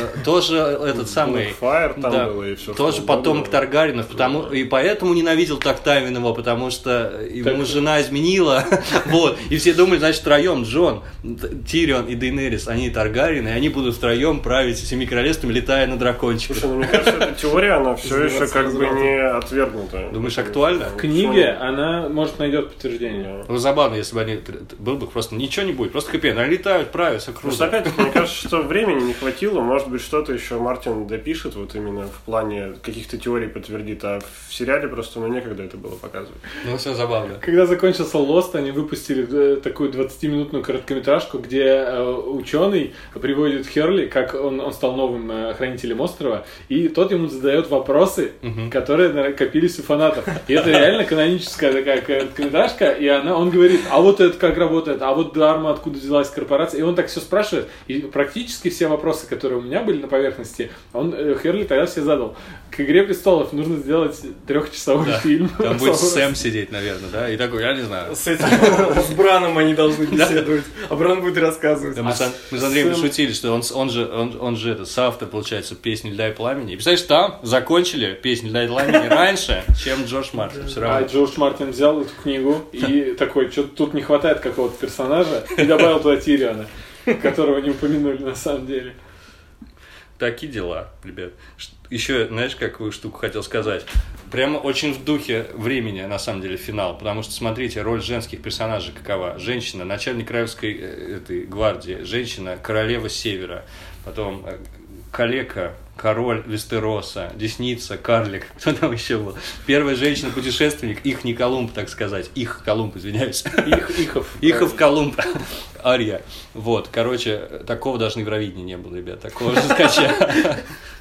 B: этот самый...
D: Blackfire там было и все.
B: Тоже потомок Таргариенов, и поэтому ненавидел так Тайвин его, потому что ему жена изменила, вот. И все думали, значит, втроем Джон, Тирион и Дейенерис, они Таргариены, и они будут втроем править Семи Королевствами, летая на дракончиках.
D: Слушай, мне кажется, эта теория, она все еще как бы не отвергнута.
B: Думаешь, актуально?
C: В книге она, может, найдет подтверждение.
B: Забавно, если бы они... Был бы просто ничего не будет, просто хэппи-энд. Они летают, правят, все круто.
D: Просто опять-таки, мне кажется, что времени не хватило. Может быть, что-то еще Мартин допишет, вот именно в плане каких-то теорий подтвердит, а в сериале просто некогда это было показывать.
B: Все забавно.
C: Когда закончился Lost, они выпустили такую 20-минутную короткометражку, где ученый приводит Херли, как он стал новым хранителем острова, и тот ему задает вопросы, которые копились у фанатов. И это реально каноническая такая короткометражка, и он говорит, а вот это как работает, а вот Дарма откуда взялась корпорация, и он так все спрашивает, и практически все вопросы, которые у меня были на поверхности, Херли тогда все задал. К «Игре престолов» нужно сделать 3-часовой фильм.
B: Там будет Сэм сидеть, наверное, да? И такой, я не знаю.
A: С Браном они должны беседовать, а Бран будет рассказывать.
B: Мы с Андреем пошутили, что он же соавтор, получается, песни «Льда и пламени». И представляешь, там закончили песню «Льда и пламени» раньше, чем Джордж Мартин.
C: А Джордж Мартин взял эту книгу и такой, что-то тут не хватает какого-то персонажа, и добавил туда Тириона, которого не упомянули на самом деле.
B: Такие дела, ребят. Еще, знаешь, какую штуку хотел сказать? Прямо очень в духе времени, на самом деле, финал. Потому что, смотрите, роль женских персонажей какова. Женщина, начальник Королевской этой гвардии. Женщина, королева Севера. Потом калека, король Вестероса. Десница, карлик. Кто там еще был? Первая женщина-путешественник. Их не Колумб, так сказать. Их Колумб, извиняюсь. Ихов Колумб. Ария. Вот, короче, такого даже на Евровидении не было, ребят. Такого же скача.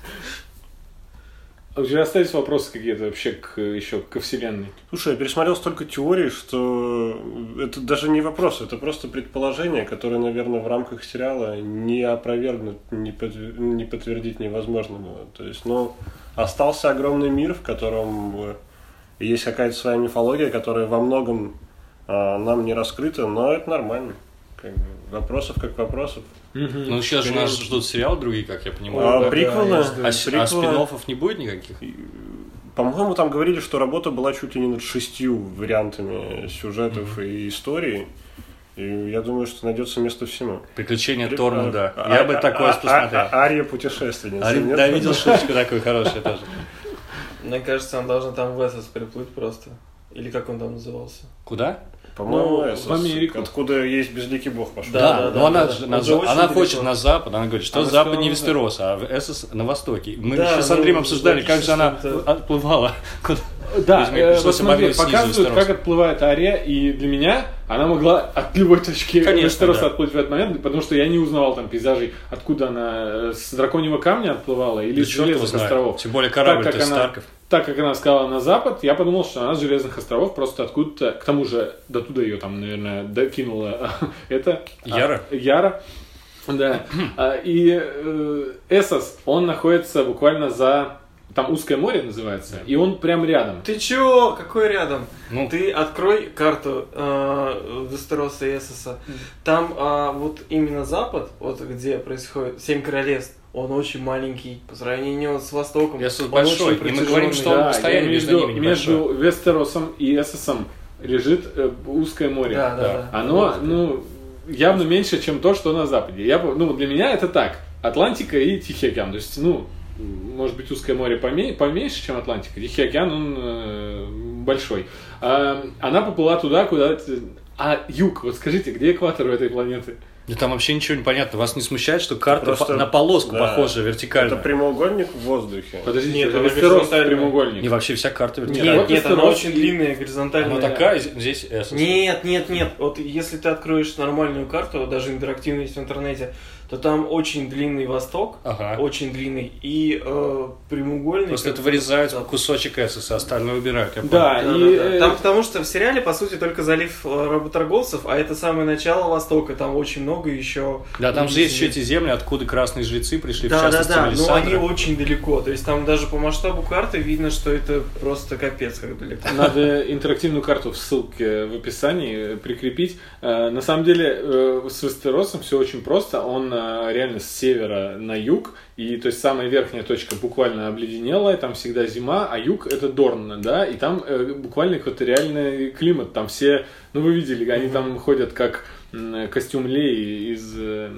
C: А у тебя остались вопросы какие-то вообще еще ко вселенной?
D: Слушай, я пересмотрел столько теорий, что это даже не вопрос, это просто предположение, которое, наверное, в рамках сериала не опровергнуть, не подтвердить невозможно было. То есть, остался огромный мир, в котором есть какая-то своя мифология, которая во многом нам не раскрыта, но это нормально. Вопросов как вопросов.
B: Ну, сейчас же нас ждут сериалы другие, как я понимаю.
D: Приквелы.
B: А спин-оффов не будет никаких?
D: По-моему, там говорили, что работа была чуть ли не над 6 вариантами сюжетов и историй. И я думаю, что найдется место всему.
B: Приключения Тормунда. Я бы такое посмотрел.
D: Ария путешественница.
B: Да, видел шуточку такую хорошую тоже.
A: Мне кажется, он должен там в Эссос приплыть просто. Или как он там назывался?
B: Куда?
D: По-моему,
C: в Америку.
D: Откуда есть безликий бог пошел.
B: Да, но она хочет
A: далеко.
B: на запад, она говорит, что
C: Она
B: запад не
C: сказала,
B: Вестерос, а Эссос на востоке. Мы
A: Да,
B: еще с Андреем обсуждали, как же она
A: логично, что
B: отплывала.
C: Да,
B: пришлось
C: вот смотри,
B: обогнуть снизу
C: показывают,
B: Вестерос.
C: как отплывает Ария, и для меня она могла от любой точки
B: Конечно,
C: Вестероса
B: да.
C: отплыть в этот момент, потому что я не узнавал там пейзажей, откуда она с Драконьего камня отплывала или
B: Да
C: с
B: черт его
C: Железных
B: знает.
C: островов.
B: Тем более корабль-то
C: Так, как
B: из
C: она-
B: Старков.
C: Так как она сказала на запад, я подумал, что она с Железных островов просто откуда-то, к тому же до туда ее там, наверное, докинула это
B: Яра?
C: Яра. Да. И Эссос, он находится буквально за... Там узкое море называется, и он прям рядом.
A: Ты чё? Какой рядом?
B: Ну.
A: Ты открой карту Вестероса и Эссоса. Там вот именно запад, вот где происходит 7 королевств, он очень маленький по сравнению с Востоком.
B: Эссос
A: Он
B: большой,
A: очень
B: и мы говорим,
A: протяжённый.
B: что он расстояние
C: я
B: между ними
C: между Вестеросом и Эссосом лежит узкое море.
A: Да.
C: Оно, явно меньше, чем то, что на западе. Для меня это так. Атлантика и Тихий океан. То есть, может быть, узкое море поменьше, чем Атлантика. Тихий океан, он большой. Она поплыла туда, куда... А юг, вот скажите, где экватор у этой планеты?
B: Да там вообще ничего не понятно. Вас не смущает, что карта
D: Просто-
B: на полоску
D: да.
B: похожа вертикально?
D: Это прямоугольник в воздухе.
C: Подождите,
A: Нет,
C: это
A: она
C: Вестерос
A: горизонтальная.
C: прямоугольник.
B: И вообще вся карта
C: Нет,
B: вертикальная.
C: вот
A: Нет, она
C: Вестерос
A: очень
C: и-
A: длинная, горизонтальная.
B: Она такая, здесь Эссос.
A: Нет. Вот если ты откроешь нормальную карту, даже интерактивную есть в интернете, то там очень длинный восток,
B: Ага.
A: очень длинный, и прямоугольный.
B: Просто
A: как
B: это вырезают
A: запад.
B: кусочек Эссоса, остальное убирают. Я
C: Да,
B: понял.
C: и...
A: Там потому что в сериале, по сути, только залив работорговцев, а это самое начало Востока, там очень много еще...
B: Да, там же есть еще эти земли, откуда красные жрецы пришли, в
A: Да,
B: частности,
A: но
B: Мелисандра.
A: они очень далеко, то есть там даже по масштабу карты видно, что это просто капец как далеко.
C: Надо интерактивную карту в ссылке в описании прикрепить. На самом деле с Вестеросом все очень просто. Он реально с севера на юг. И то есть самая верхняя точка буквально обледенелая, там всегда зима, а юг это Дорн, да, и там буквально экваториальный климат. Там все, вы видели, они там ходят как костюм Леи из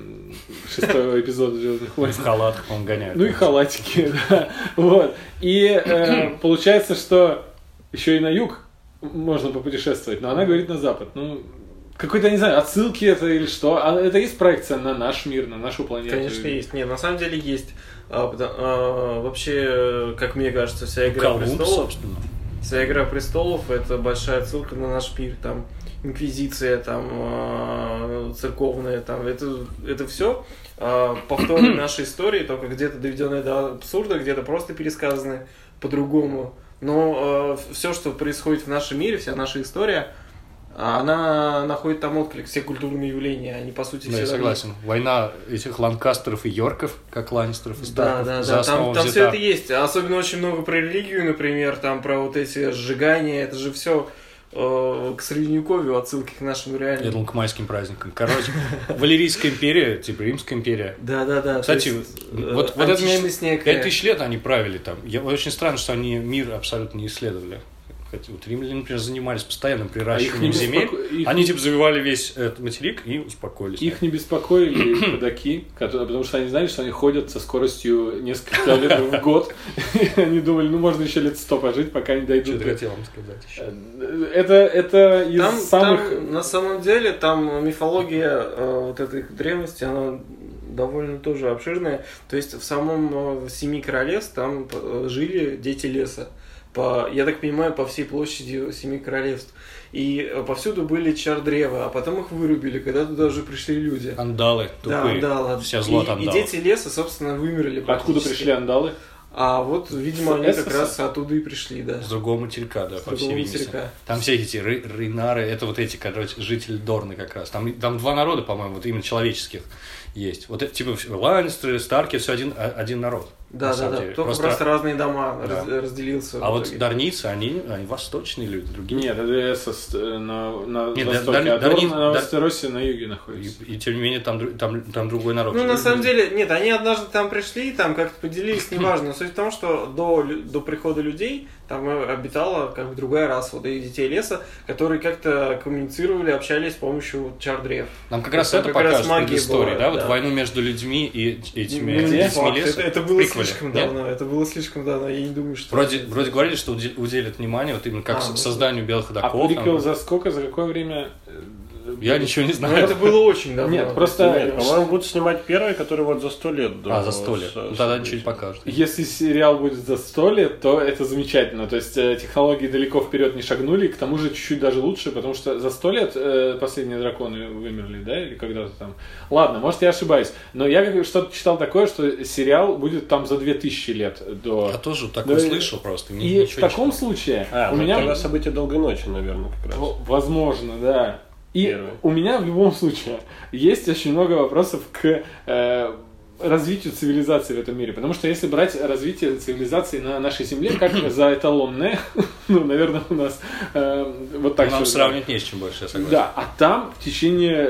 C: 6-го эпизода «Звездных войн».
B: В халатах он гоняет.
C: И халатики, да. Вот. И получается, что еще и на юг можно попутешествовать, но она говорит на запад. Какой-то, не знаю, отсылки это или что. А это есть проекция на наш мир, на нашу планету?
A: Конечно, есть. Нет, на самом деле есть. Вообще, как мне кажется, вся «Игра престолов»,
B: собственно.
A: вся «Игра престолов» это большая отсылка на наш мир. Там инквизиция, там церковная, там это все повторы нашей истории, только где-то доведенные до абсурда, где-то просто пересказаны по-другому. Но все, что происходит в нашем мире, вся наша история, она находит там отклик, все культурные явления, они по сути
B: Да,
A: все
B: я согласен. Война этих Ланкастеров и Йорков, как Ланнистеров и Старков, за основу
A: там все
B: взята.
A: это есть. Особенно очень много про религию, например, там про вот эти сжигания, это же все к средневековью, отсылки к нашему
B: Я
A: реальному.
B: думал, к майским праздникам. Короче, Валерийская империя, типа Римская империя.
A: Да.
B: Кстати, вот это
A: античность некая.
B: 5000 лет они правили там. Очень странно, что они мир абсолютно не исследовали. Хотя вот римляне, например, занимались постоянным приращиванием земель. Они типа завоевали весь этот материк и успокоились.
C: Их не беспокоили ходаки, потому что они знали, что они ходят со скоростью несколько километров в год. И они думали, можно еще лет 100 пожить, пока не дойдут.
B: Что ты хотел вам сказать еще?
C: Это из самых...
A: Там, на самом деле, там мифология вот этой древности, она довольно тоже обширная. То есть в самом Семи Королевств там жили дети леса. Я так понимаю, по всей площади Семи Королевств. И повсюду были чар-древа, а потом их вырубили, когда туда уже пришли люди.
B: Андалы, тупые.
A: Да, андалы.
B: Вся зло от
A: И
B: андалов.
A: дети леса, собственно, вымерли.
C: Откуда
A: практически.
C: пришли андалы?
A: А вот, видимо, они как
C: Эссоса?
A: раз оттуда и пришли, да.
B: С другого материка, да, по всей
A: другого
B: видимости.
A: материка.
B: Там все эти рейнары, это вот эти, короче, жители Дорны как раз. Там два народа, по-моему, вот именно человеческих есть. Вот это, типа Ланнистеры, Старки, все один народ.
A: Да.
B: на самом деле.
A: Только просто разные дома
B: Да.
A: разделился.
B: А
A: в
B: вот
A: итоге.
B: дарницы, они восточные люди, другие.
C: Нет, это Эссос на
B: Нет,
C: востоке, а
B: Дарни-
C: Дорн на
B: Дар-
C: Вестеросе на юге находится.
B: И тем не менее там другой народ.
A: Ну, на самом деле, нет, они однажды там пришли, там как-то поделились, неважно. Но суть в том, что до прихода людей Там обитала как бы другая раса, вот и детей леса, которые как-то коммуницировали, общались с помощью чар-древ.
B: Нам как раз это покажут в истории, да? Вот войну между людьми и этими детьми леса.
A: Это было слишком давно, я не думаю, что...
B: Вроде говорили, что уделят внимание вот именно как созданию белых ходоков.
C: А приквел за сколько, за какое время?
B: Я ничего не знаю.
A: Это было очень давно.
C: Нет, просто...
D: По-моему, будут снимать первый, который вот за 100 лет.
B: За 100 лет. Тогда ничего не покажут.
C: Если сериал будет за 100 лет, то это замечательно. То есть технологии далеко вперед не шагнули, к тому же чуть-чуть даже лучше, потому что за 100 лет последние драконы вымерли, да, или когда-то там. Ладно, может, я ошибаюсь, но я что-то читал такое, что сериал будет там за 2000 лет до...
B: Я тоже такое слышал просто.
C: И в таком случае...
D: у меня... Тогда события Долгой ночи, наверное, как раз.
C: Возможно, да. И у меня в любом случае есть очень много вопросов к развитию цивилизации в этом мире. Потому что если брать развитие цивилизации на нашей Земле, как за эталонное, ну, наверное, у нас вот так...
B: Нам сравнить не с чем больше, я согласен.
C: Да, а там в течение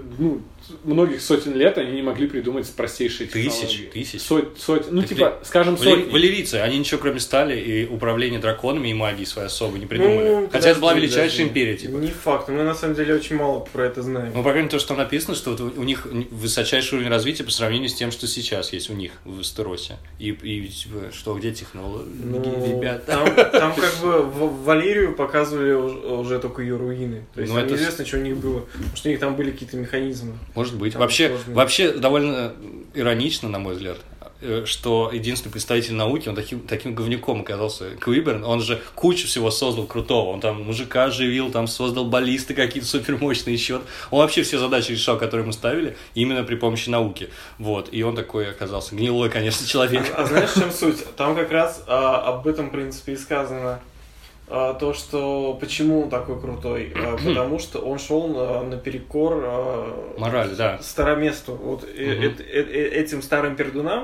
C: многих сотен лет они не могли придумать простейшие технологии.
B: Тысяч.
C: Ну, типа, скажем, сотни.
B: Валерийцы, они ничего кроме стали и управления драконами и магии своей особой не придумали. Хотя это была величайшая империя, типа.
A: Не факт, мы на самом деле очень мало про это знаем.
B: Ну, по крайней мере, то, что там написано, что вот у них высочайший уровень развития по сравнению с тем, что сейчас есть у них в Эстеросе. И типа, что, где технологии, ребята?
A: Там как бы Валерию показывали уже только ее руины. То есть неизвестно, что у них было. Потому что у них там были какие-то механизмы.
B: Может быть. Вообще довольно иронично, на мой взгляд, что единственный представитель науки, он таким говнюком оказался. Квиберн, он же кучу всего создал крутого. Он там мужика оживил, там создал баллисты какие-то супермощные счет. Он вообще все задачи решал, которые мы ставили, именно при помощи науки. Вот. И он такой оказался гнилой, конечно, человек.
A: А знаешь, в чем суть? Там как раз об этом, в принципе, и сказано. То, что почему он такой крутой, потому что он шел наперекор
B: морали, да,
A: староместу, вот этим старым пердунам,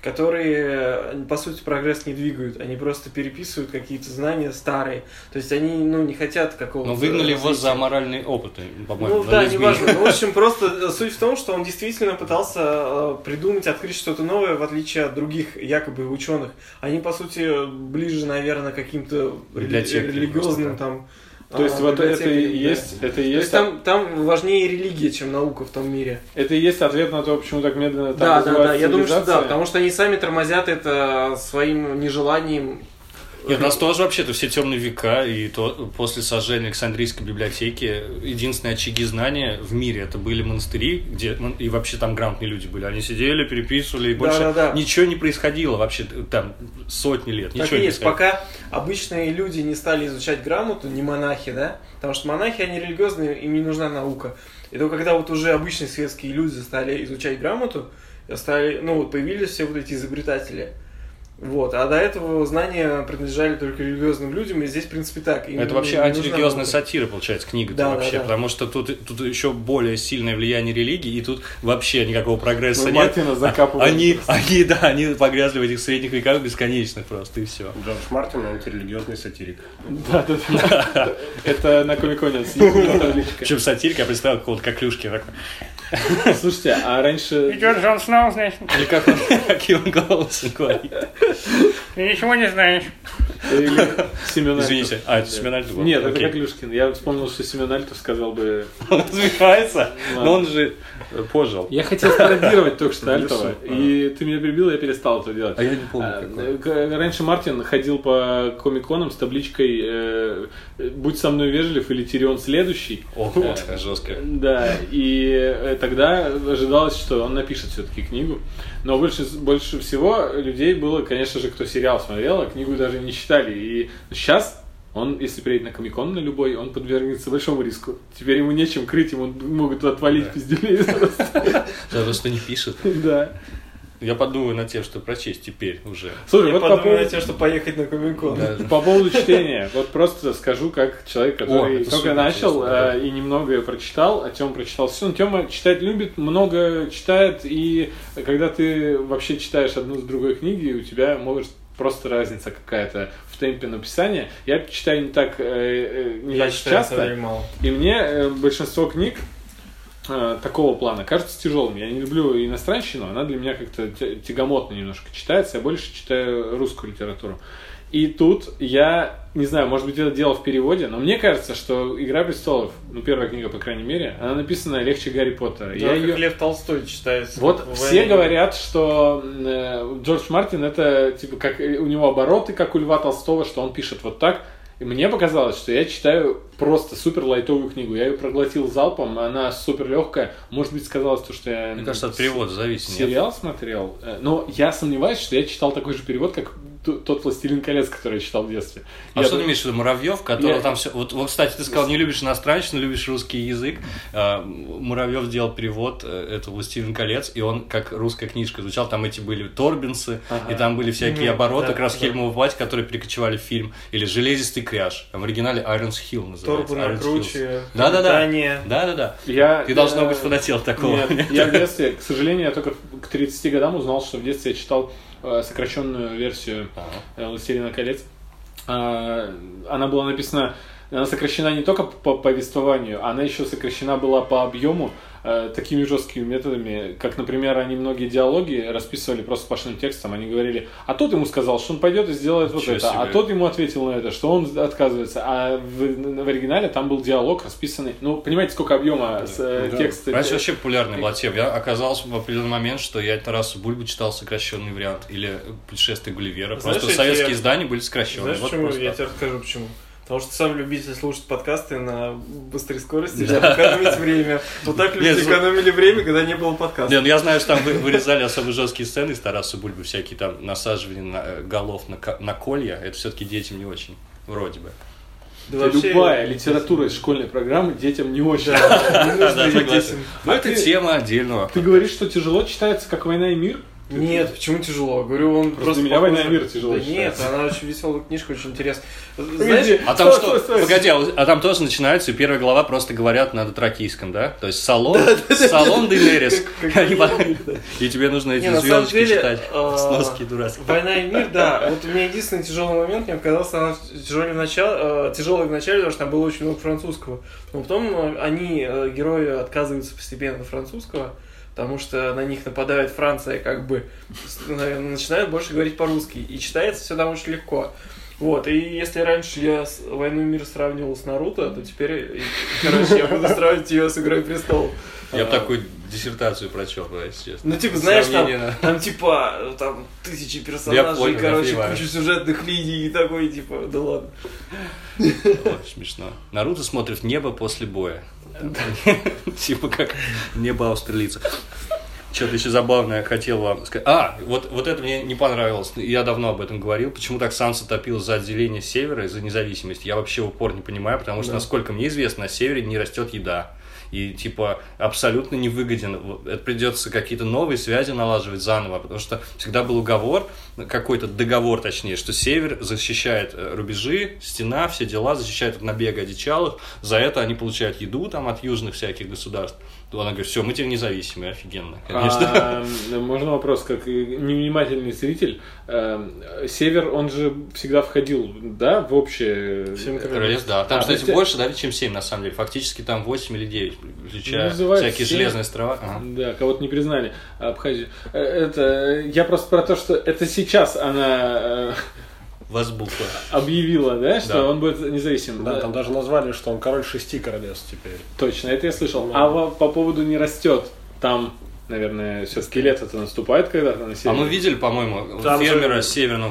A: которые, по сути, прогресс не двигают, они просто переписывают какие-то знания старые, то есть они, не хотят какого-то...
B: Но выгнали его за моральные опыты, по-моему.
A: Ну да, неважно, в общем, просто суть в том, что он действительно пытался придумать, открыть что-то новое, в отличие от других якобы ученых. Они, по сути, ближе, наверное, к каким-то религиозным там...
C: То есть вот это и есть...
A: То есть там важнее религия, чем наука в том мире.
C: Это и есть ответ на то, почему так медленно там развивается цивилизация?
A: Я думаю, что да, потому что они сами тормозят это своим нежеланием.
B: Нет, у нас тоже вообще-то все темные века, и то после сожжения Александрийской библиотеки единственные очаги знания в мире это были монастыри, где и вообще там грамотные люди были. Они сидели, переписывали, и больше ничего не происходило вообще там сотни лет.
A: Так и есть, пока обычные люди не стали изучать грамоту, не монахи, да, потому что монахи, они религиозные, им не нужна наука. И то, когда вот уже обычные светские люди стали изучать грамоту, появились все вот эти изобретатели. Вот, а до этого знания принадлежали только религиозным людям, и здесь, в принципе, так.
B: Это вообще антирелигиозная сатира, получается, книга-то вообще, потому что тут еще более сильное влияние религии, и тут вообще никакого прогресса нет. Они погрязли в этих средних веках бесконечных просто, и все.
D: Джордж Мартин антирелигиозный сатирик.
C: Да. Это на Комик-Коне.
B: Причем сатирик, я представил какого-то Коклюшки такой.
C: Слушайте, а раньше...
B: Идет Джон Сноу, значит. Или как его голосом говорит.
E: Ты ничего не знаешь.
C: Или Семен Альтов.
B: Извините, это Семен Альтов?
C: Нет, это Коклюшкин. Я вспомнил, что Семен Альтов сказал бы...
B: Он усмехается, но он же пожил.
C: Я хотел пародировать только что Альтова, и ты меня перебил, я перестал это делать.
B: А я не помню, какой.
C: Раньше Мартин ходил по комик-конам с табличкой «Будь со мной вежлив» или «Тирион следующий».
B: О, жестко.
C: Да, и тогда ожидалось, что он напишет все-таки книгу. Но больше всего людей было, конечно же, кто сериал смотрел, а книгу даже не читали. И сейчас он, если приедет на Комик-Кон на любой, он подвергнется большому риску. Теперь ему нечем крыть, ему могут отвалить пиздюлей.
B: За то, что не пишет.
C: Да.
B: Я подумаю над тем, что прочесть теперь уже.
C: Слушай,
A: я подумаю над тем, что поехать на Комик-Кон.
C: По поводу чтения. Вот просто скажу, как человек, который только начал и немного прочитал, а Тёма прочитал все. Тёма читать любит, много читает, и когда ты вообще читаешь одну с другой книги, у тебя может просто разница какая-то в темпе написания. Я читаю не так часто, и мне большинство книг такого плана кажутся тяжелыми. Я не люблю иностранщину, она для меня как-то тягомотно немножко читается. Я больше читаю русскую литературу. И тут я, не знаю, может быть, это дело в переводе, но мне кажется, что «Игра престолов», ну, первая книга, по крайней мере, она написана легче Гарри Поттера.
A: Да, как Лев Толстой читается.
C: Вот все говорят, что Джордж Мартин это, типа, как у него обороты, как у Льва Толстого, что он пишет вот так. И мне показалось, что я читаю просто супер лайтовую книгу. Я ее проглотил залпом, она супер легкая. Может быть, сказалось то, что я...
B: Мне кажется, от перевода зависит.
C: Сериал смотрел. Но я сомневаюсь, что я читал такой же перевод, как тот «Властелин колец», который я читал в детстве.
B: А что ты имеешь в виду? Муравьев, который там все... Вот, кстати, ты сказал, не любишь иностранщину, любишь русский язык. Муравьев сделал перевод этого «Властелин колец», и он, как русская книжка звучал, там эти были торбинсы, и там были всякие обороты, как раз Хельмова платья, которые перекочевали в фильм. Или «Железистый кряж». Там в оригинале Irons Hill называется.
A: Торбина круче.
B: Да. Ты, должно быть, фанател такого.
C: Нет, я в детстве, к сожалению, я только к 30 годам узнал, что в детстве я читал сокращенную версию «Властелина колец». Она была написана, она сокращена не только по повествованию, она еще сокращена была по объему такими жесткими методами, как, например, они многие диалоги расписывали просто сплошным текстом. Они говорили, а тот ему сказал, что он пойдет и сделает вот это, а тот ему ответил на это, что он отказывается. А в оригинале там был диалог расписанный. Ну, понимаете, сколько объема текста.
B: Раньше вообще популярная была тема. Я оказался в определенный момент, что я Тарасу Бульбу читал сокращенный вариант или «Путешествие Гулливера». Просто советские издания были сокращенные.
A: Знаешь, почему? Я тебе расскажу, почему. Потому что сам любитель слушать подкасты на быстрой скорости, чтобы экономить время. Вот так люди экономили время, когда не было подкаста.
B: Нет, ну я знаю, что там вырезали особо жесткие сцены из Тараса Бульбы, всякие там насаживания голов на колья. Это все-таки детям не очень, вроде бы.
C: Да любая литература из школьной программы детям не очень.
B: Но это тема отдельного.
C: Ты говоришь, что тяжело читается, как «Война и мир»?
A: Нет, почему тяжело? Говорю, он
C: просто для меня «Война и мир» тяжело
A: да
C: читается.
A: Нет, она очень веселая книжка, очень интересная. Знаешь,
B: а там что? Погоди, а там тоже начинается, и первая глава просто говорят на дотракийском, да? То есть салон Дейнерис. И тебе нужно эти звездочки читать. Сноски дурацкие.
A: «Война и мир», да. Вот у меня единственный тяжелый момент, мне показалось, она тяжелой в начале, потому что там было очень много французского. Но потом они, герои, отказываются постепенно от французского, потому что на них нападает Франция, как бы начинают больше говорить по-русски. И читается все там очень легко. Вот, и если раньше я «Войну и мир» сравнивал с «Наруто», то теперь, короче, я буду сравнивать ее с «Игрой престолов».
B: Я бы такую диссертацию прочел, если честно.
A: Ну, типа, знаешь, там типа, там тысячи персонажей, короче, куча сюжетных линий и такой, типа, да ладно.
B: Очень смешно. Наруто смотрит «Небо после боя». Типа как «Небо австралийцев». Что-то еще забавное хотел вам сказать. Вот это мне не понравилось. Я давно об этом говорил. Почему так Санса топил за отделение севера и за независимость? Я вообще в упор не понимаю, потому что, насколько мне известно, на севере не растет еда. И, типа, абсолютно невыгоден. Это придется какие-то новые связи налаживать заново, потому что всегда был уговор, какой-то договор, точнее, что север защищает рубежи, стена, все дела, защищает от набега одичалых. За это они получают еду там от южных всяких государств. То она говорит, все, мы теперь независимые, офигенно, конечно.
C: Можно вопрос, как невнимательный зритель. Север, он же всегда входил, да, в общее...
B: Королевство, да. Там, кстати, больше, да, чем 7, на самом деле. Фактически там 8 или 9, включая всякие железные острова.
C: Да, кого-то не признали Абхазию. Я просто про то, что это сейчас она...
B: Возбухла.
C: Объявила, да, что он будет независимым.
D: Да, там даже назвали, что он король 6 королевств теперь.
C: Точно, это я слышал. А по поводу не растет, там, наверное, все-таки лето-то наступает когда-то на севере.
B: А мы видели, по-моему, там фермера северного,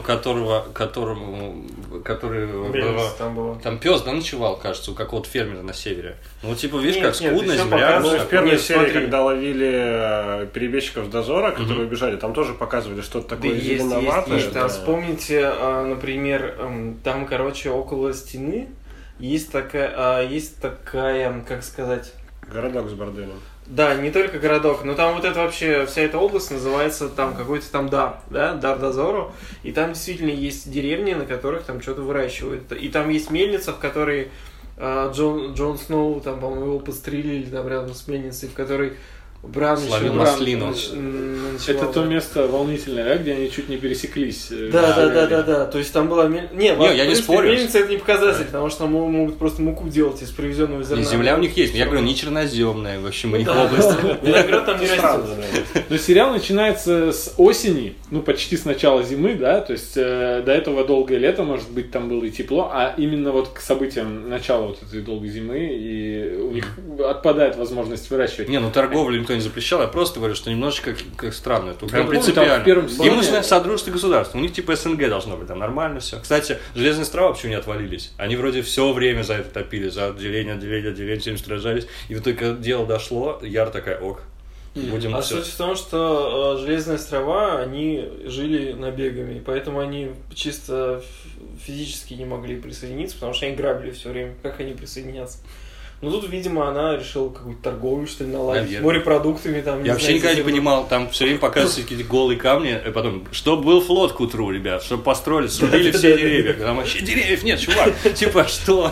B: там пес, да, ночевал, кажется, у какого-то фермера на севере. Ну, типа, видишь, как скудно земля.
D: В первой серии, когда ловили перебежчиков с дозора, которые убежали, там тоже показывали что-то такое зеленоватое.
A: Там, вспомните, например, там, короче, около стены есть такая, как сказать...
D: Городок с борделем.
A: Да, не только городок, но там вот это вообще, вся эта область называется там какой-то там дар, да, дар дозору, и там действительно есть деревни, на которых там что-то выращивают, и там есть мельница, в которой Джон Сноу, там, по-моему, его подстрелили там рядом с мельницей, в которой Бран
B: Словил
A: еще
B: маслину.
C: Это то место волнительное, да, где они чуть не пересеклись.
A: Да. То есть там была...
B: Не, я не спорю.
A: Мельница это не показатель, потому что там могут просто муку делать из привезенного зерна.
B: И земля у них есть, но я говорю, не черноземная, в общем, у них область.
A: Виноград там не растет.
C: Но сериал начинается с осени, ну почти с начала зимы, да, то есть до этого долгое лето, может быть, там было и тепло, а именно вот к событиям начала вот этой долгой зимы, и у них отпадает возможность выращивать.
B: Не, ну торговлю никто не запрещал, я просто говорю, что немножечко как странно. Это прям
C: помню,
B: принципиально.
C: там в первом
B: Им
C: сезоне-
B: нужно содружество государств. У них типа СНГ должно быть, там нормально все. Кстати, железные острова почему не отвалились? Они вроде все время за это топили, за отделение, всем сражались. И в итоге, когда дело дошло, Яр такая, ок. Будем
A: А
B: всё.
A: суть в том, что Железные острова, они жили набегами, и поэтому они чисто физически не могли присоединиться, потому что они грабили все время. Как они присоединятся? Ну тут, видимо, она решила какую-то торговлю, что ли, наладить,
B: Наверное.
A: морепродуктами там.
B: Я вообще никогда не понимал, там все время показывают какие-то голые камни, и потом, чтобы был флот к утру, ребят, чтобы построили, срубили все деревья. Там вообще деревьев нет, чувак. Типа, что?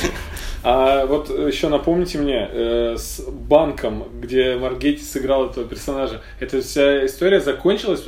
C: А вот еще напомните мне, с банком, где Маргетти сыграл этого персонажа, эта вся история закончилась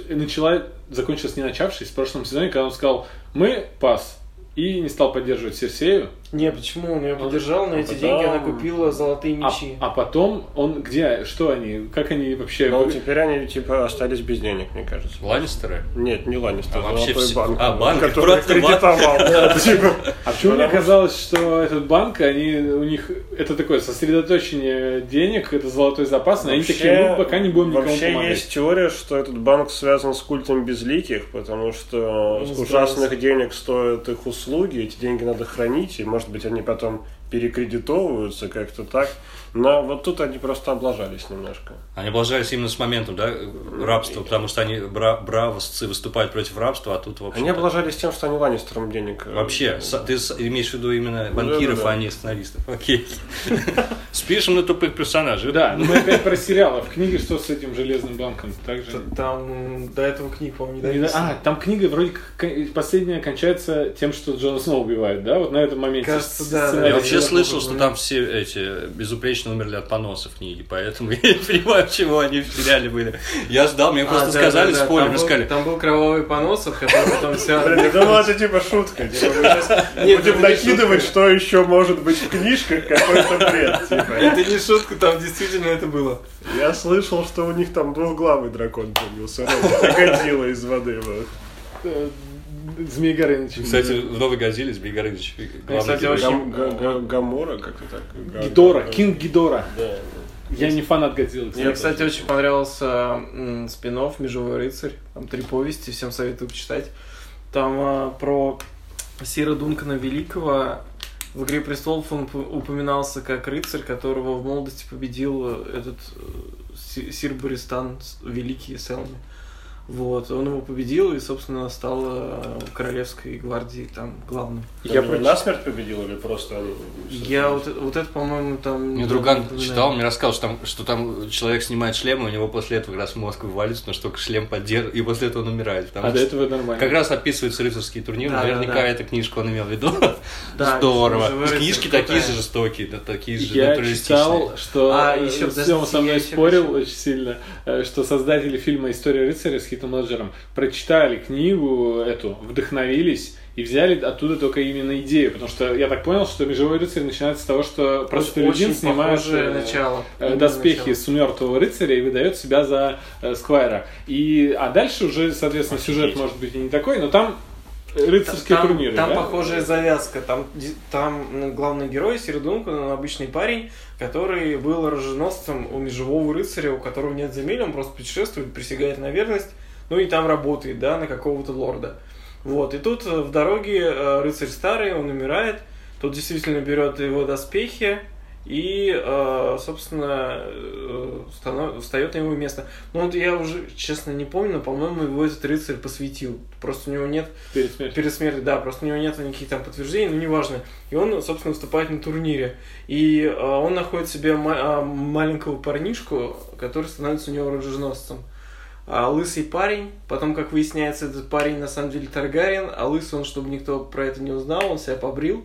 C: не начавшись в прошлом сезоне, когда он сказал, мы пас, и не стал поддерживать Серсею.
A: Не, почему? Он ее поддержал, на эти
D: потом-
A: деньги она купила золотые мечи.
C: А потом он где? Что они? Как они вообще?
D: Ну, теперь они, типа, остались без денег, мне кажется.
B: Ланнистеры?
D: Нет, не Ланнистер,
B: А вообще
D: Золотой
B: все-
D: банк.
B: а, банк,
D: который
B: просто
D: кредитовал. Да, типа.
C: А почему мне казалось, что этот банк, у них это такое сосредоточение денег, это золотой запас, но они такие, мы пока не будем никому
D: Вообще
C: помогать.
D: есть теория, что этот банк связан с культом безликих, потому что
A: Ну,
D: ужасных денег стоят их услуги, эти деньги надо хранить, и, может быть, они потом перекредитовываются как-то так. Но вот тут они просто облажались немножко.
B: Они облажались именно с моментом, да, рабства, потому что они бравосцы выступают против рабства, а тут вообще...
D: Они облажались тем, что они Ланнистерам денег...
B: Вообще, ты имеешь в виду именно банкиров,
D: Да-да-да.
B: а не сценаристов. Окей. Спишем на тупых персонажей.
C: Да, но мы опять про сериал. А в книге что с этим железным банком? Также...
A: Там до этого книг, по-моему, не дописано.
C: А, там книга вроде как последняя кончается тем, что Джона Сноу убивает, да? Вот на этом моменте.
A: Кажется, да,
C: сценарий
B: Я вообще
A: Я
B: слышал,
A: тоже
B: что
A: помню.
B: там все эти безупречно умерли от поноса в книге, поэтому я не понимаю, почему они в сериале были. Я ждал, мне просто сказали, спойлер, сказали.
A: Там был кровавый Поносов, который потом все...
D: Я думал, это типа шутка. Типа, мы сейчас
A: Нет,
D: будем
A: это не
D: накидывать, что еще может быть в книжках, какой-то бред. Типа.
A: Это не шутка, там действительно это было.
D: Я слышал, что у них там двухглавый дракон появился. Крокодила из воды. Вот.
C: Змей Горыныч.
B: Кстати, в Новой Годзилле Змей Горыныч главный
A: Кстати,
B: герой.
A: очень-
D: Гамора, как-то так.
C: Гидора, Кинг Гидора.
D: Да.
C: Я не фанат Годзиллы.
A: Мне, кстати, очень понравился спин-офф «Межевой рыцарь». Там 3 повести, всем советую почитать. Там про Сира Дункана Великого. В «Игре престолов» он упоминался как рыцарь, которого в молодости победил этот Сир Баристан, великий Селми. Вот, он его победил и, собственно, стал королевской гвардии там главным.
D: Я насмерть победил или просто...
A: Я вот это, по-моему, там...
B: Мне друган читал, мне рассказал, что там человек снимает шлем, и у него после этого как раз мозг вывалится, но что только шлем поддержит, и после этого он умирает. Потому
C: А до
B: что
C: этого нормально.
B: как раз описываются рыцарские турниры,
A: Да,
B: наверняка
A: да.
B: эту книжку он имел в виду.
A: Да,
B: Здорово.
A: «Межевой рыцарь»
B: Книжки
A: крутая.
B: такие же жестокие, да, такие же
C: Я
B: натуралистичные.
C: читал, что
A: еще,
C: Сема со мной
A: я еще
C: спорил
A: хочу.
C: очень сильно, что создатели фильма «История рыцаря» с Хитом Леджером прочитали книгу эту, вдохновились и взяли оттуда только именно идею, потому что я так понял, что «Межевой рыцарь» начинается с того, что простолюдин
A: Очень
C: снимает
A: похожее начало.
C: доспехи
A: Начало.
C: с мертвого рыцаря и выдает себя за Сквайра. А дальше уже, соответственно, сюжет может быть и не такой, но там рыцарские турниры.
A: Там
C: да?
A: похожая завязка. Там главный герой Сир Дункан, он обычный парень, который был оруженосцем у межевого рыцаря, у которого нет земель, он просто путешествует, присягает на верность, ну и там работает, да, на какого-то лорда. Вот, и тут в дороге рыцарь старый, он умирает, тот действительно берет его доспехи и, собственно, встает на его место. Ну вот я уже, честно, не помню, но, по-моему, его этот рыцарь посвятил. Просто у него нет... Перед смертью, да, просто у него нет никаких там подтверждений, но неважно. И он, собственно, выступает на турнире. И он находит себе маленького парнишку, который становится у него оруженосцем. Лысый парень, потом, как выясняется, этот парень на самом деле Таргариен, а лысый он, чтобы никто про это не узнал, он себя побрил.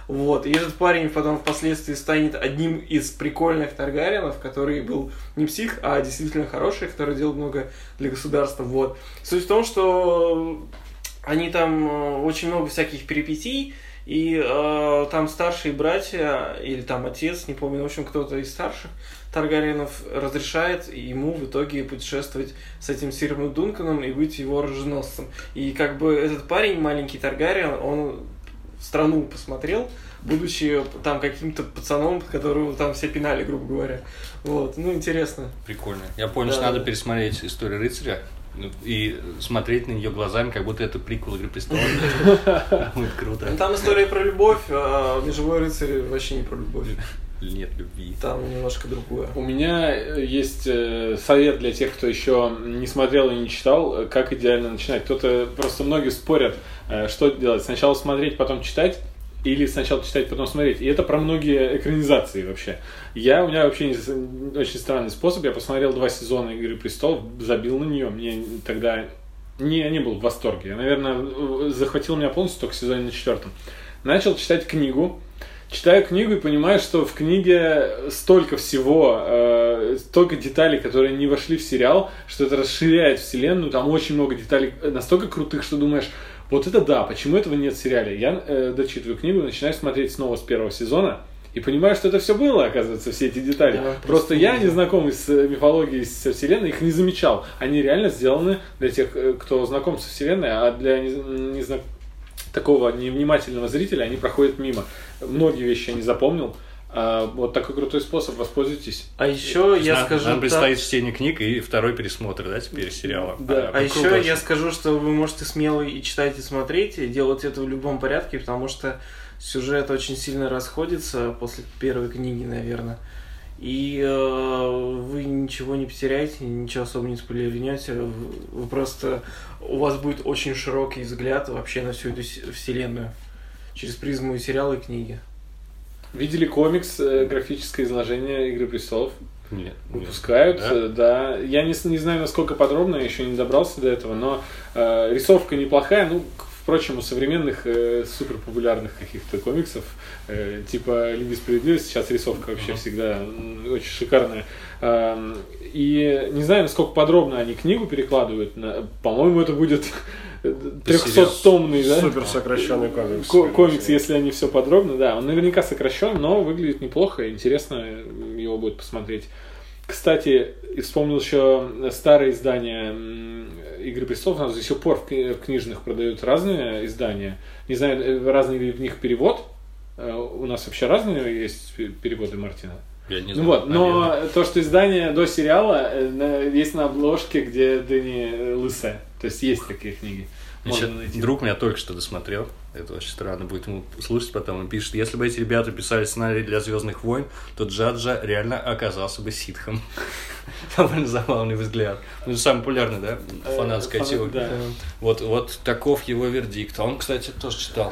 A: Вот. И этот парень потом впоследствии станет одним из прикольных Таргариенов, который был не псих, а действительно хороший, который делал много для государства. Вот. Суть в том, что они там очень много всяких перипетий, и там старшие братья, или там отец, не помню, в общем, кто-то из старших Таргариенов разрешает ему в итоге путешествовать с этим Сиром Дунканом и быть его оруженосцем. И как бы этот парень, маленький Таргариен, он страну посмотрел, будучи там каким-то пацаном, которого там все пинали, грубо говоря. Вот, ну, интересно.
B: Прикольно. Я понял, что надо пересмотреть «Историю рыцаря» и смотреть на нее глазами, как будто это приквел «Игры престолов». Будет круто.
A: Там история про любовь, а «Живой рыцарь» вообще не про любовь.
B: Нет любви.
A: Там немножко другое.
C: У меня есть совет для тех, кто еще не смотрел и не читал, как идеально начинать. Кто-то, просто многие спорят, что делать. Сначала смотреть, потом читать, или сначала читать, потом смотреть. И это про многие экранизации вообще. У меня вообще очень странный способ. Я посмотрел 2 сезона «Игры престолов», забил на нее. Мне тогда не был в восторге. Я, наверное, захватил меня полностью только в сезоне на 4-м. Начал читать книгу. Читаю книгу и понимаю, что в книге столько всего, столько деталей, которые не вошли в сериал, что это расширяет вселенную. Там очень много деталей настолько крутых, что думаешь, вот это да, почему этого нет в сериале? Я дочитываю книгу, начинаю смотреть снова с 1-го сезона и понимаю, что это все было, оказывается, все эти детали. Да, просто я, не знакомый с мифологией, со вселенной, их не замечал. Они реально сделаны для тех, кто знаком со вселенной, а для такого невнимательного зрителя они проходят мимо. Многие вещи я не запомнил. Вот такой крутой способ, воспользуйтесь.
A: А еще я скажу...
B: Нам предстоит чтение книг и второй пересмотр, да, теперь сериала.
C: Да.
A: А еще я скажу, что вы можете смело и читать, и смотреть, и делать это в любом порядке, потому что сюжет очень сильно расходится после первой книги, наверное. И вы ничего не потеряете, ничего особо не спойлернете. Вы просто... У вас будет очень широкий взгляд вообще на всю эту вселенную. Через призму и сериала, и книги.
C: Видели комикс, графическое изложение «Игры престолов»?
B: Нет.
C: Выпускают, да. Я не знаю, насколько подробно, я еще не добрался до этого, но рисовка неплохая. Ну, впрочем, у современных суперпопулярных каких-то комиксов, типа «Лиги справедливости», сейчас рисовка вообще всегда очень шикарная. И не знаю, насколько подробно они книгу перекладывают. По-моему, это будет 300-томный, да?
D: Супер сокращенный комикс.
C: Комикс, если они все подробно, да. Он наверняка сокращен, но выглядит неплохо. Интересно его будет посмотреть. Кстати, вспомнил еще старые издания «Игры престолов». У нас до сих пор в книжных продают разные издания. Не знаю, разный ли в них перевод. У нас вообще разные есть переводы, Мартина?
B: Я не знаю.
C: Вот, но то, что издание до сериала, есть на обложке, где Дэнни лысая. То есть есть такие книги.
B: Друг меня только что досмотрел. Это очень странно будет ему слушать потом. Он пишет, если бы эти ребята писали сценарий для «Звездных войн», то Джаджа реально оказался бы ситхом. Довольно забавный взгляд. Ну, это самая популярная, да, фанатская теория. Вот таков его вердикт. А он, кстати, тоже читал.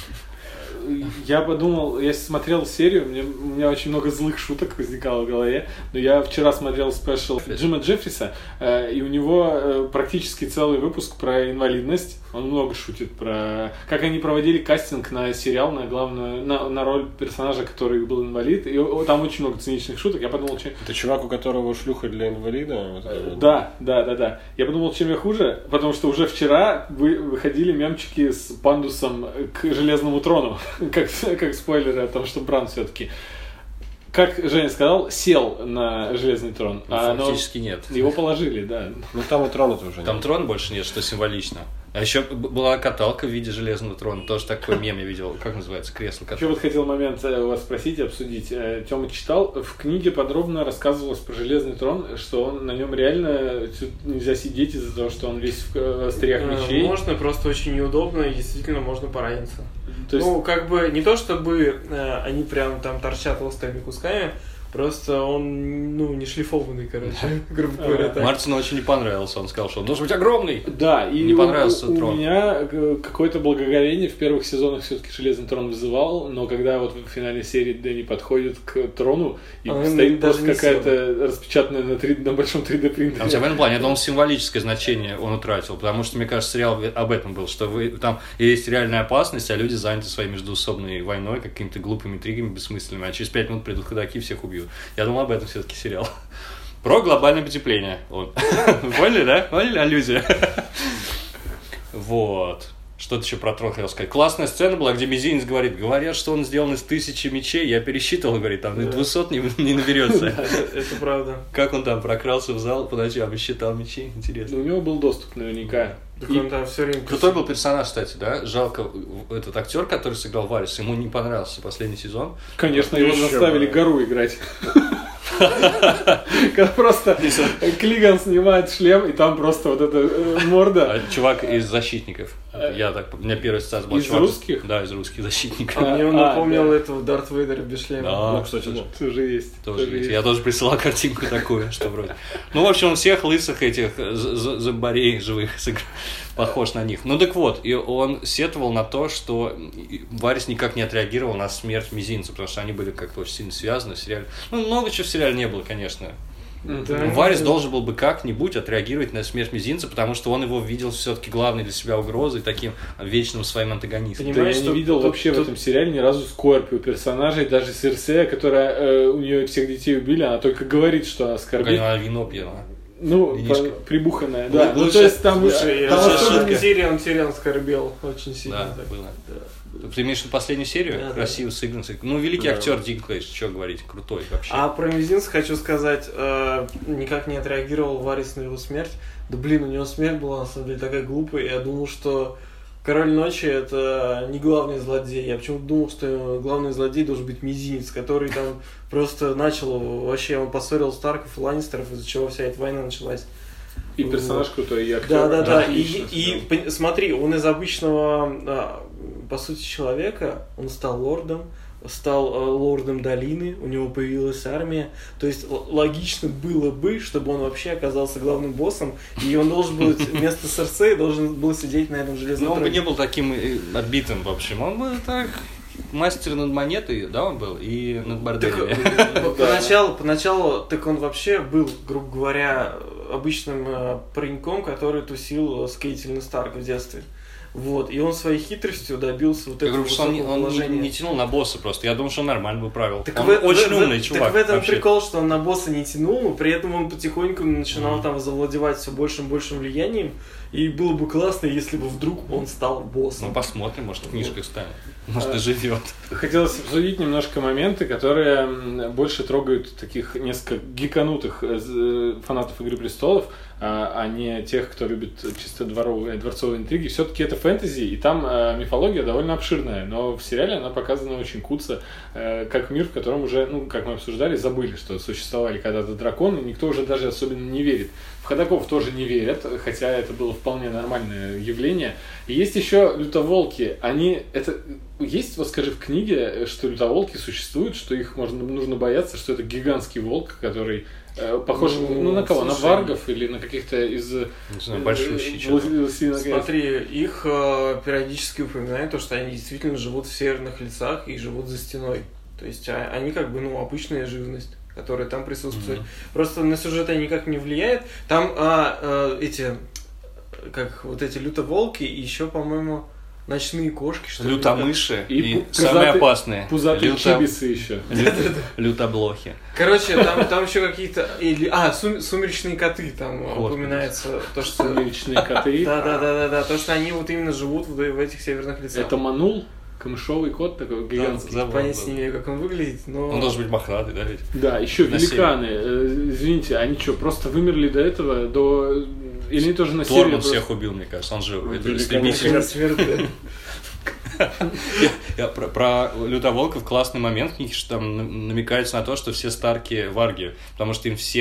C: Я подумал, я смотрел серию, у меня очень много злых шуток возникало в голове, но я вчера смотрел спешл Джима Джеффриса, и у него практически целый выпуск про инвалидность. Он много шутит про как они проводили кастинг на сериал, на главную, на роль персонажа, который был инвалид, и там очень много циничных шуток. Я подумал, чем...
D: Это чувак, у которого шлюха для инвалида?
C: Да. Я подумал, чем я хуже, потому что уже вчера выходили мемчики с пандусом к Железному трону. Как спойлеры о том, что Бран все-таки, как Женя сказал, сел на Железный трон.
B: Фактически нет.
C: Его положили, да.
D: Ну там и трона уже нет.
B: Там трона больше нет, что символично. А еще была каталка в виде Железного трона. Тоже такой мем я видел. Как называется? Кресло-каталка.
C: Еще вот хотел момент у вас спросить и обсудить. Тёма читал. В книге подробно рассказывалось про Железный трон, что он на нем реально нельзя сидеть из-за того, что он весь в остриях мечей.
A: Можно, просто очень неудобно и действительно можно пораниться.
C: То есть...
A: Ну, как бы не то, чтобы они прям там торчат острыми кусками. Просто он, не шлифованный, короче, грубо говоря, так.
B: Мартину очень не понравился, он сказал, что он должен быть огромный.
C: Да, и
B: не понравился
C: у
B: трон.
C: меня какое-то благоговение в первых сезонах все-таки Железный трон вызывал, но когда вот в финальной серии Дэнни подходит к трону, и стоит просто какая-то распечатанная на большом 3D принтере.
B: А в этом плане, это он символическое значение он утратил, потому что, мне кажется, сериал об этом был, что там есть реальная опасность, а люди заняты своей междуусобной войной, какими-то глупыми интригами бессмысленными, а через 5 минут придут ходаки и всех убьют. Я думал, об этом все-таки сериал. Про глобальное потепление. Поняли, да? Поняли аллюзию? Вот. Что-то еще про трон хотел сказать. Классная сцена была, где мизинец говорят, что он сделан из 1000 мечей. Я пересчитывал, говорит, там 200 не наберется.
A: Это правда.
B: Как он там прокрался в зал по ночам и считал мечи? Интересно.
C: У него был доступ наверняка.
A: Так он там все время...
B: Крутой был персонаж, кстати, да? Жалко, этот актер, который сыграл Варис, ему не понравился последний сезон.
C: Конечно, его заставили гору играть. Просто Клиган снимает шлем, и там просто вот эта морда.
B: Чувак из «Защитников». У меня первый ассоциация был.
C: Из русских?
B: Да, из русских «Защитников».
A: Мне он напомнил этого Дарт Вейдера без шлема.
B: Да,
C: кстати, тоже есть.
B: Я тоже присылал картинку такую, что вроде. В общем, всех лысых этих зомбарей живых похож на них. Так вот, и он сетовал на то, что Варис никак не отреагировал на смерть мизинца, потому что они были как-то очень сильно связаны в сериале. Много чего в сериале не было, конечно. Варис должен был бы как-нибудь отреагировать на смерть мизинца, потому что он его видел все-таки главной для себя угрозой, таким вечным своим антагонистом.
C: Да, я не видел вообще в этом сериале ни разу Скорпио персонажей, даже Серсея, которая у нее всех детей убили, она только говорит, что оскорбит.
B: Она вино пьяна.
C: Прибуханная, да. То есть там...
A: Особенно серия он скорбел очень сильно.
B: Да, было. Ты имеешь в виду последнюю серию? Да, красиво сыгран. Великий актер Динклэйдж, что говорить, крутой вообще.
A: А про мизинца хочу сказать, никак не отреагировал Варис на его смерть. Да блин, у него смерть была на самом деле такая глупая. Я думал, что Король Ночи это не главный злодей. Я почему-то думал, что главный злодей должен быть мизинец, который там просто начал вообще, он поссорил Старков и Ланнистеров, из-за чего вся эта война началась.
C: И персонаж крутой, и актер.
A: Да. И смотри, он из обычного, по сути, человека, он стал лордом долины, у него появилась армия. То есть логично было бы, чтобы он вообще оказался главным боссом, и он должен был вместо Серсея должен был сидеть на этом железном троне.
B: Он бы не был таким отбитым, в общем. Он бы так... Мастер над монетой, да, он был, и над борделями.
A: Поначалу, так он вообще был, грубо говоря, обычным пареньком, который тусил с Кейтилин Старк в детстве. Вот, и он своей хитростью добился вот этого высокого положения.
B: Он не тянул на босса просто, я думал, что он нормально бы правил. Он очень умный чувак.
A: Так в этом прикол, что он на босса не тянул, но при этом он потихоньку начинал там завладевать все большим и большим влиянием, и было бы классно, если бы вдруг он стал боссом.
B: Посмотрим, может, в книжках станет, может, доживет.
C: Хотелось обсудить немножко моменты, которые больше трогают таких несколько гиканутых фанатов «Игры престолов», а не тех, кто любит чисто дворцовые интриги. Все-таки это фэнтези, и там мифология довольно обширная, но в сериале она показана очень куцо, как мир, в котором уже, как мы обсуждали, забыли, что существовали когда-то драконы, никто уже даже особенно не верит. В ходоков тоже не верят, хотя это было вполне нормальное явление. И есть еще лютоволки. Есть, вот скажи, в книге, что лютоволки существуют, что их нужно бояться, что это гигантский волк, который похож на кого? На варгов или на каких-то из...
B: Не знаю, большущие.
A: Смотри, их периодически упоминают, что они действительно живут в северных лесах и живут за стеной. То есть они как бы, обычная живность, которая там присутствует. Просто на сюжет они никак не влияют. Там эти лютоволки и еще, по-моему, ночные кошки, что ли.
B: Лютомыши и самые опасные.
C: Пузатые чибисы еще.
B: Лютоблохи.
A: Короче, там еще какие-то... сумеречные коты там упоминается.
C: Сумеречные коты?
A: Да. То, что они вот именно живут в этих северных лесах.
C: Это Манул? Камышовый кот такой гигантский.
A: Понятия не имею, как он выглядит, но...
B: Он должен быть мохнатый, да, ведь?
C: Да, еще великаны. Извините, они что, просто вымерли до этого, Или они тоже на севере?
B: Торман всех убил, мне кажется, он же истребитель. Про лютоволков классный момент в книге, что там намекается на то, что все Старки варги, потому что им всем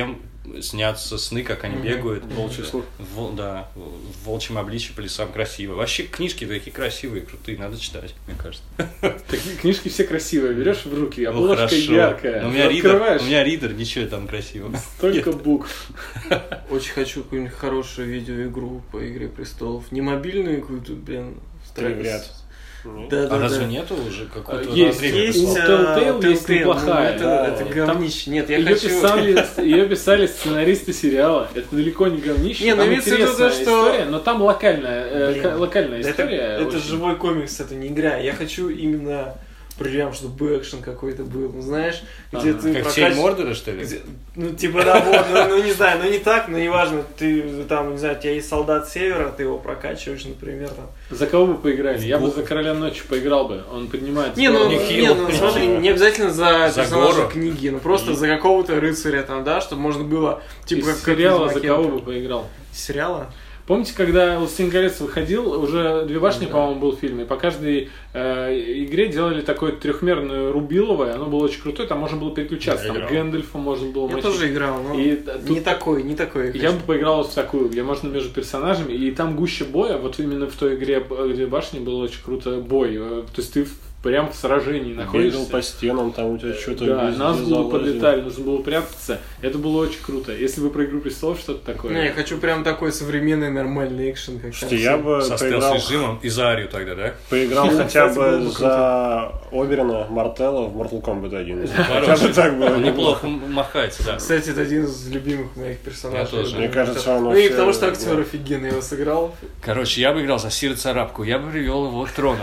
B: снятся сны, как они бегают.
D: Волчий сны.
B: Да, в волчьем обличье по лесам красиво. Вообще книжки такие красивые, крутые, надо читать, мне кажется.
C: Такие книжки все красивые, берешь в руки,
B: Ну,
C: обложка
B: хорошо.
C: яркая.
B: Но у меня ридер, ничего там красивого.
C: Только букв.
A: Очень хочу какую-нибудь хорошую видеоигру по Игре Престолов. Не мобильную игру, тут, блин,
D: Привет.
A: Да,
B: А разве нету уже какой-то
C: Есть,
B: Игры
C: есть.
B: Престолов?
C: Telltale есть неплохая.
A: Это
C: Там
A: говнище. Нет, я
C: Ее
A: хочу...
C: писали сценаристы сериала. Это далеко не говнище.
A: Не, ну
C: там
A: имеется в виду
C: интересная
A: то, что-
C: история, но там локальная
A: Да
C: история.
A: Это
C: очень.
A: живой комикс, это не игра. Я хочу именно прям, чтобы экшен какой-то был. Ну, знаешь, где ты
B: Как Тень Мордора, что ли?
A: Ну, типа, да, вот, ну, не знаю, ну, не так, но неважно, ты там, не знаю, у тебя есть солдат Севера, ты его прокачиваешь, например, там.
C: За кого бы поиграли? Я бы за Короля Ночи поиграл бы. Он поднимается.
A: Не, ну,
B: Нехило,
A: смотри,
B: нехило.
A: не обязательно за
B: За
A: персонажа
B: гору.
A: книги, ну, просто за какого-то рыцаря там, да, чтобы можно было, типа,
C: Из сериала
A: из
C: за
A: Макета.
C: кого бы поиграл?
A: Сериала?
C: Помните, когда «Властелин колец» выходил, уже «Две башни», по-моему, был фильм, и по каждой игре делали такое трехмерное рубиловое, оно было очень крутое, там можно было переключаться,
B: Я
C: там
B: играл.
C: Гэндальфа можно было
A: Я
C: мочить.
A: тоже играл, но
C: И
A: не
C: тут
A: такой.
C: я бы поиграл вот в такую, где можно между персонажами, и там гуще боя, вот именно в той игре «Две башни» был очень круто бой, то есть ты прям в сражении
D: Бегал
C: находишься.
D: по стенам, там у тебя что-то
C: Да,
D: везде
C: нас было
D: залазило.
C: подлетали, нужно было прятаться. Это было очень круто. Если бы про «Игру престолов» что-то такое.
A: Не, я хочу прям такой современный нормальный экшен, как
D: Что
A: там
D: я
A: все.
D: бы
B: Со
D: поиграл,
B: стелс-режимом и за Арию тогда, да?
D: поиграл
A: Ну,
D: хотя
A: кстати, было
D: бы
A: бы
D: за Оберона Мартелла в Mortal Kombat 1. Хотя
B: Хороший.
D: бы так было.
B: Он неплохо махается, да.
A: Кстати, это один из любимых моих персонажей.
B: Я тоже.
D: Мне кажется, он
A: Ну и
D: вообще-
A: потому что актер офигенный его сыграл.
B: Короче, я бы играл за Сира Царапку, я бы привел его к трону.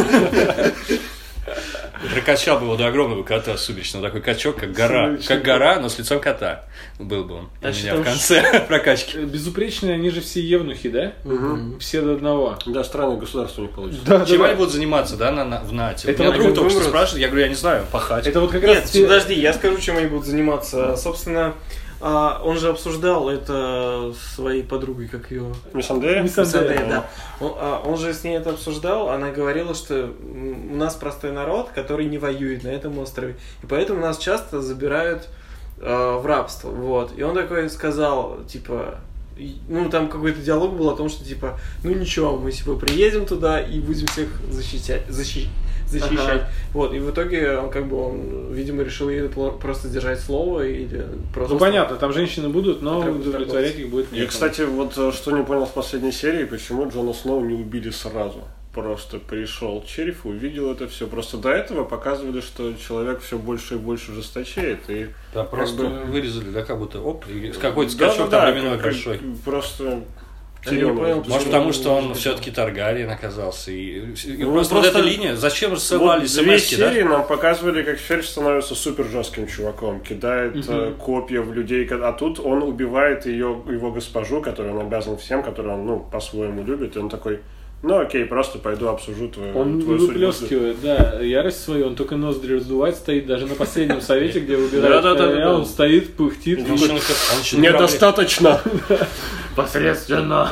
B: Прокачал бы его до огромного кота сумеречного, такой качок, как гора.
C: Сумеречный
B: Как гора, но с лицом кота. Был бы он у
A: А
B: меня
A: что
B: в
A: там
B: конце прокачки.
C: Безупречные, они же все евнухи, да? Все до одного.
D: Да, странное государство у них получится.
C: Да,
B: Чем они будут заниматься, да, в НАТе?
C: Это
B: Меня
C: вот
B: друг
C: как
B: только что
A: выбрать.
B: спрашивает, я говорю, я не знаю, пахать.
C: Это вот как
A: Нет,
C: раз те-
A: подожди, я скажу, чем они будут заниматься. Собственно, он же обсуждал это с своей подругой, как ее...
D: Миссандея?
A: Миссандея, да. Он же с ней это обсуждал, она говорила, что у нас простой народ, который не воюет на этом острове, и поэтому нас часто забирают в рабство, вот. И он такой сказал, типа, ну там какой-то диалог был о том, что типа, ну ничего, мы типа приедем туда и будем всех защищать.
C: Ага.
A: Вот, и в итоге он как бы, он, видимо, решил ей просто держать слово или просто...
C: Ну понятно, там женщины будут, но
A: Треба
C: удовлетворять их будет
D: Я,
C: некому.
D: кстати, вот что не понял в последней серии, почему Джона Сноу не убили сразу. Просто пришел череп, увидел это все. Просто до этого показывали, что человек все больше и больше жесточает. И
B: Да, просто
D: бы-
B: вырезали, да, как будто, оп, и какой-то
D: Да,
B: скачок
D: да,
B: там
D: да,
B: временной
D: как-
B: большой.
D: Просто
A: Я не понял,
D: терял.
B: Может, потому что он все-таки Таргариен оказался. И
D: Ну,
B: просто вот
D: просто-
B: эта линия, зачем
D: Вот
B: рассылали
D: две
B: смс-ки, да?
D: серии нам показывали, как Ферч становится супер жестким чуваком, кидает копья в людей, а тут он убивает его госпожу, которую он обязан всем, которую он, ну, по-своему любит, и он такой, ну окей, просто пойду обсужу твою
C: Он
D: судьбу.
C: выплескивает, да, ярость свою, он только ноздри раздувает, стоит даже на последнем совете, где выбирают
D: Да-да-да-да.
C: короля, он стоит, пыхтит.
B: Он еще на корабле.
D: Недостаточно!
C: Посредственно.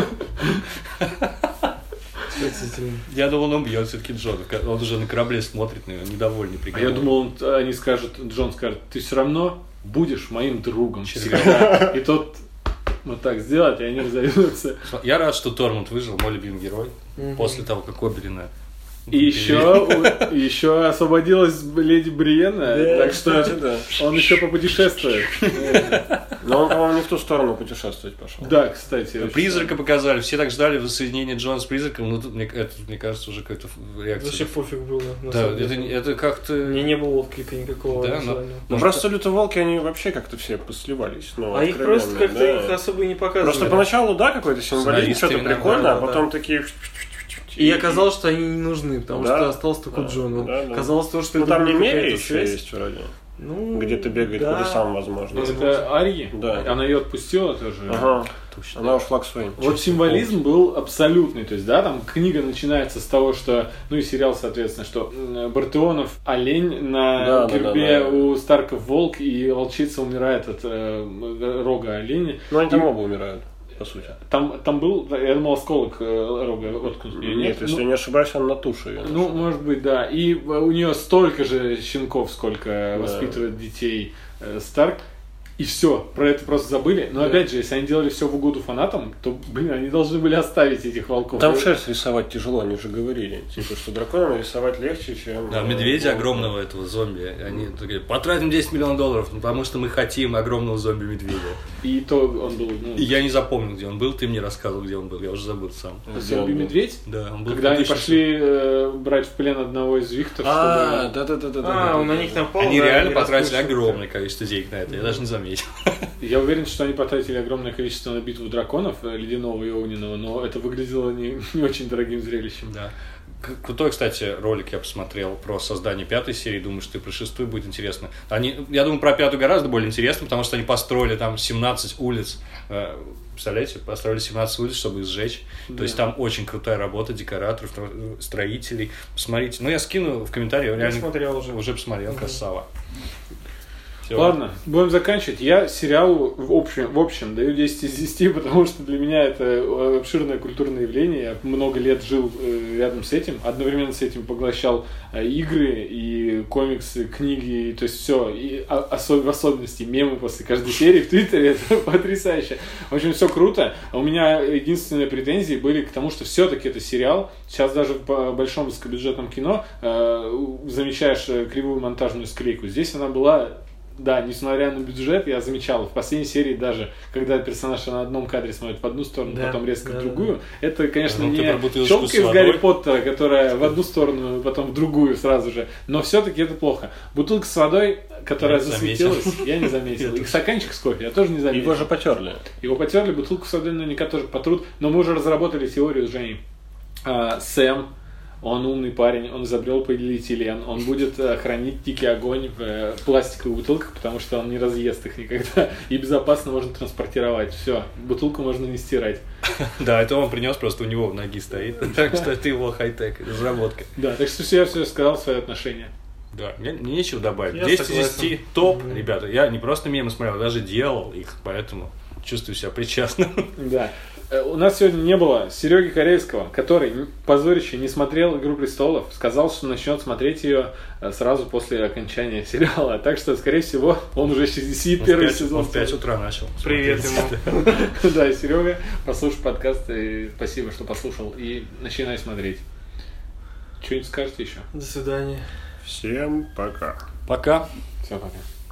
B: Я думал, он убьет все-таки Джона. Он уже на корабле смотрит на него, недовольный
C: А
B: приговор.
C: я думал, они скажут, Джон скажет, ты все равно будешь моим другом всегда. И тот вот так сделает, и они разойдутся.
B: Я рад, что Тормунд выжил, мой любимый герой, после того, как Оберина...
C: И еще освободилась леди Бриенна, так что
D: Кстати, да.
C: он еще попутешествует.
D: Но он, по-моему, не в ту сторону путешествовать пошел.
C: Да, кстати. очень
B: Призрака показали, все так ждали воссоединения Джона с призраком, но тут, мне кажется, уже какая-то реакция.
A: Вообще пофиг было. на
B: Да,
A: самом деле.
B: это как-то...
A: Мне не было отклика никакого.
B: Да, но-
A: визуального.
D: Ну, просто лютоволки, они вообще как-то все посливались. Ну,
A: А их
D: откровенно,
A: просто как-то
D: да.
A: их особо и не показывали.
D: Просто поначалу, да, какой-то символизм,
B: Сценаристы
D: что-то
B: иногда,
D: прикольно,
A: да,
D: а
A: да.
D: потом такие...
A: И оказалось, что они не нужны, потому
D: Да,
A: что остался только
D: да,
A: Джон.
D: да, да.
A: Казалось то, что
D: Ну,
A: это
D: там не
A: будет
D: Меря
A: какая-то
D: еще
A: связь.
D: есть вроде.
A: Ну,
D: Где-то бегает
A: да.
D: по лесам, возможно.
C: Это Арьи?
D: Да.
C: Она ее отпустила тоже.
D: Ага,
B: Точно.
D: она ушла к своим.
C: Вот символизм был абсолютный, то есть, да, там книга начинается с того, что, ну и сериал, соответственно, что Бартеонов олень на
D: Да, да,
C: гербе
D: да, да.
C: у Старков волк, и волчица умирает от рога оленя.
D: Ну, они там
C: И
D: оба умирают, по сути.
C: Там был, я думал, осколок рога воткнут.
D: Нет, если я не ошибаюсь, она на туше её
C: Ну,
D: нашла.
C: может быть, да. И у нее столько же щенков, сколько воспитывает детей Старк. и все, про это просто забыли. Но опять же, если они делали все в угоду фанатам, то, они должны были оставить этих волков.
D: Там шерсть рисовать тяжело, они же говорили. Типа, что дракона рисовать легче, чем...
B: Да, медведя огромного этого зомби. Они такие, потратим $10 миллионов, потому что мы хотим огромного зомби-медведя.
C: И то он был...
B: И я не запомнил, где он был, ты мне рассказывал, где он был, я уже забыл сам.
C: Зомби-медведь?
B: Да, он был.
C: Когда они пошли брать в плен одного из Вихтов,
D: Да.
A: На них напал.
B: Они реально потратили огромное количество денег на это, я даже не заметил.
C: Я уверен, что они потратили огромное количество на битву драконов, ледяного и огненного, но это выглядело не очень дорогим зрелищем.
B: Да. Крутой, кстати, ролик я посмотрел про создание 5-й серии. Думаю, что и про 6-ю будет интересно. Я думаю, про 5-ю гораздо более интересно, потому что они построили там 17 улиц. Представляете? Построили 17 улиц, чтобы их сжечь. Да. То есть там очень крутая работа декораторов, строителей. Посмотрите. Я скину в комментарии. Я реально
A: смотрел
B: уже посмотрел. Красава. Всё.
C: Ладно, будем заканчивать. Я сериалу в общем даю 10 из 10, потому что для меня это обширное культурное явление. Я много лет жил рядом с этим. Одновременно с этим поглощал игры и комиксы, книги, то есть все. И в особенности мемы после каждой серии в Твиттере. Это потрясающе. В общем, все круто. У меня единственные претензии были к тому, что все-таки это сериал. Сейчас даже в большом высокобюджетном кино замечаешь кривую монтажную склейку. Здесь она была... Да, несмотря на бюджет, я замечал, в последней серии даже, когда персонаж на одном кадре смотрит в одну сторону, потом резко в другую, это, конечно, не щелка из Гарри Поттера, которая в одну сторону, потом в другую сразу же, но все-таки это плохо. Бутылка с водой, которая засветилась, я не заметил. И стаканчик с кофе я тоже не заметил.
D: Его же потерли.
C: Его потерли, бутылку с водой наверняка тоже потрут, но мы уже разработали теорию с Женей. Сэм, он умный парень, он изобрел полиэтилен, он будет хранить дикий огонь в пластиковых бутылках, потому что он не разъест их никогда и безопасно можно транспортировать. Все, бутылку можно не стирать.
B: Да, это он принес, просто у него в ноги стоит, так что это его хай-тек, разработка.
C: Да, так что я все сказал, свои отношения.
B: Да, мне нечего добавить. 10 из 10 топ, ребята. Я не просто мемы смотрел, даже делал их, поэтому чувствую себя причастным.
C: Да. У нас сегодня не было Сереги Корейского, который, позорище, не смотрел «Игру престолов», сказал, что начнет смотреть ее сразу после окончания сериала. Так что, скорее всего, он уже сидит первый сезон.
B: Он в 5 утра начал.
A: Привет ему.
C: Да, Серега, послушай подкаст, и спасибо, что послушал, и начинай смотреть. Что-нибудь скажете еще?
A: До свидания.
D: Всем пока.
B: Пока.
C: Все, пока.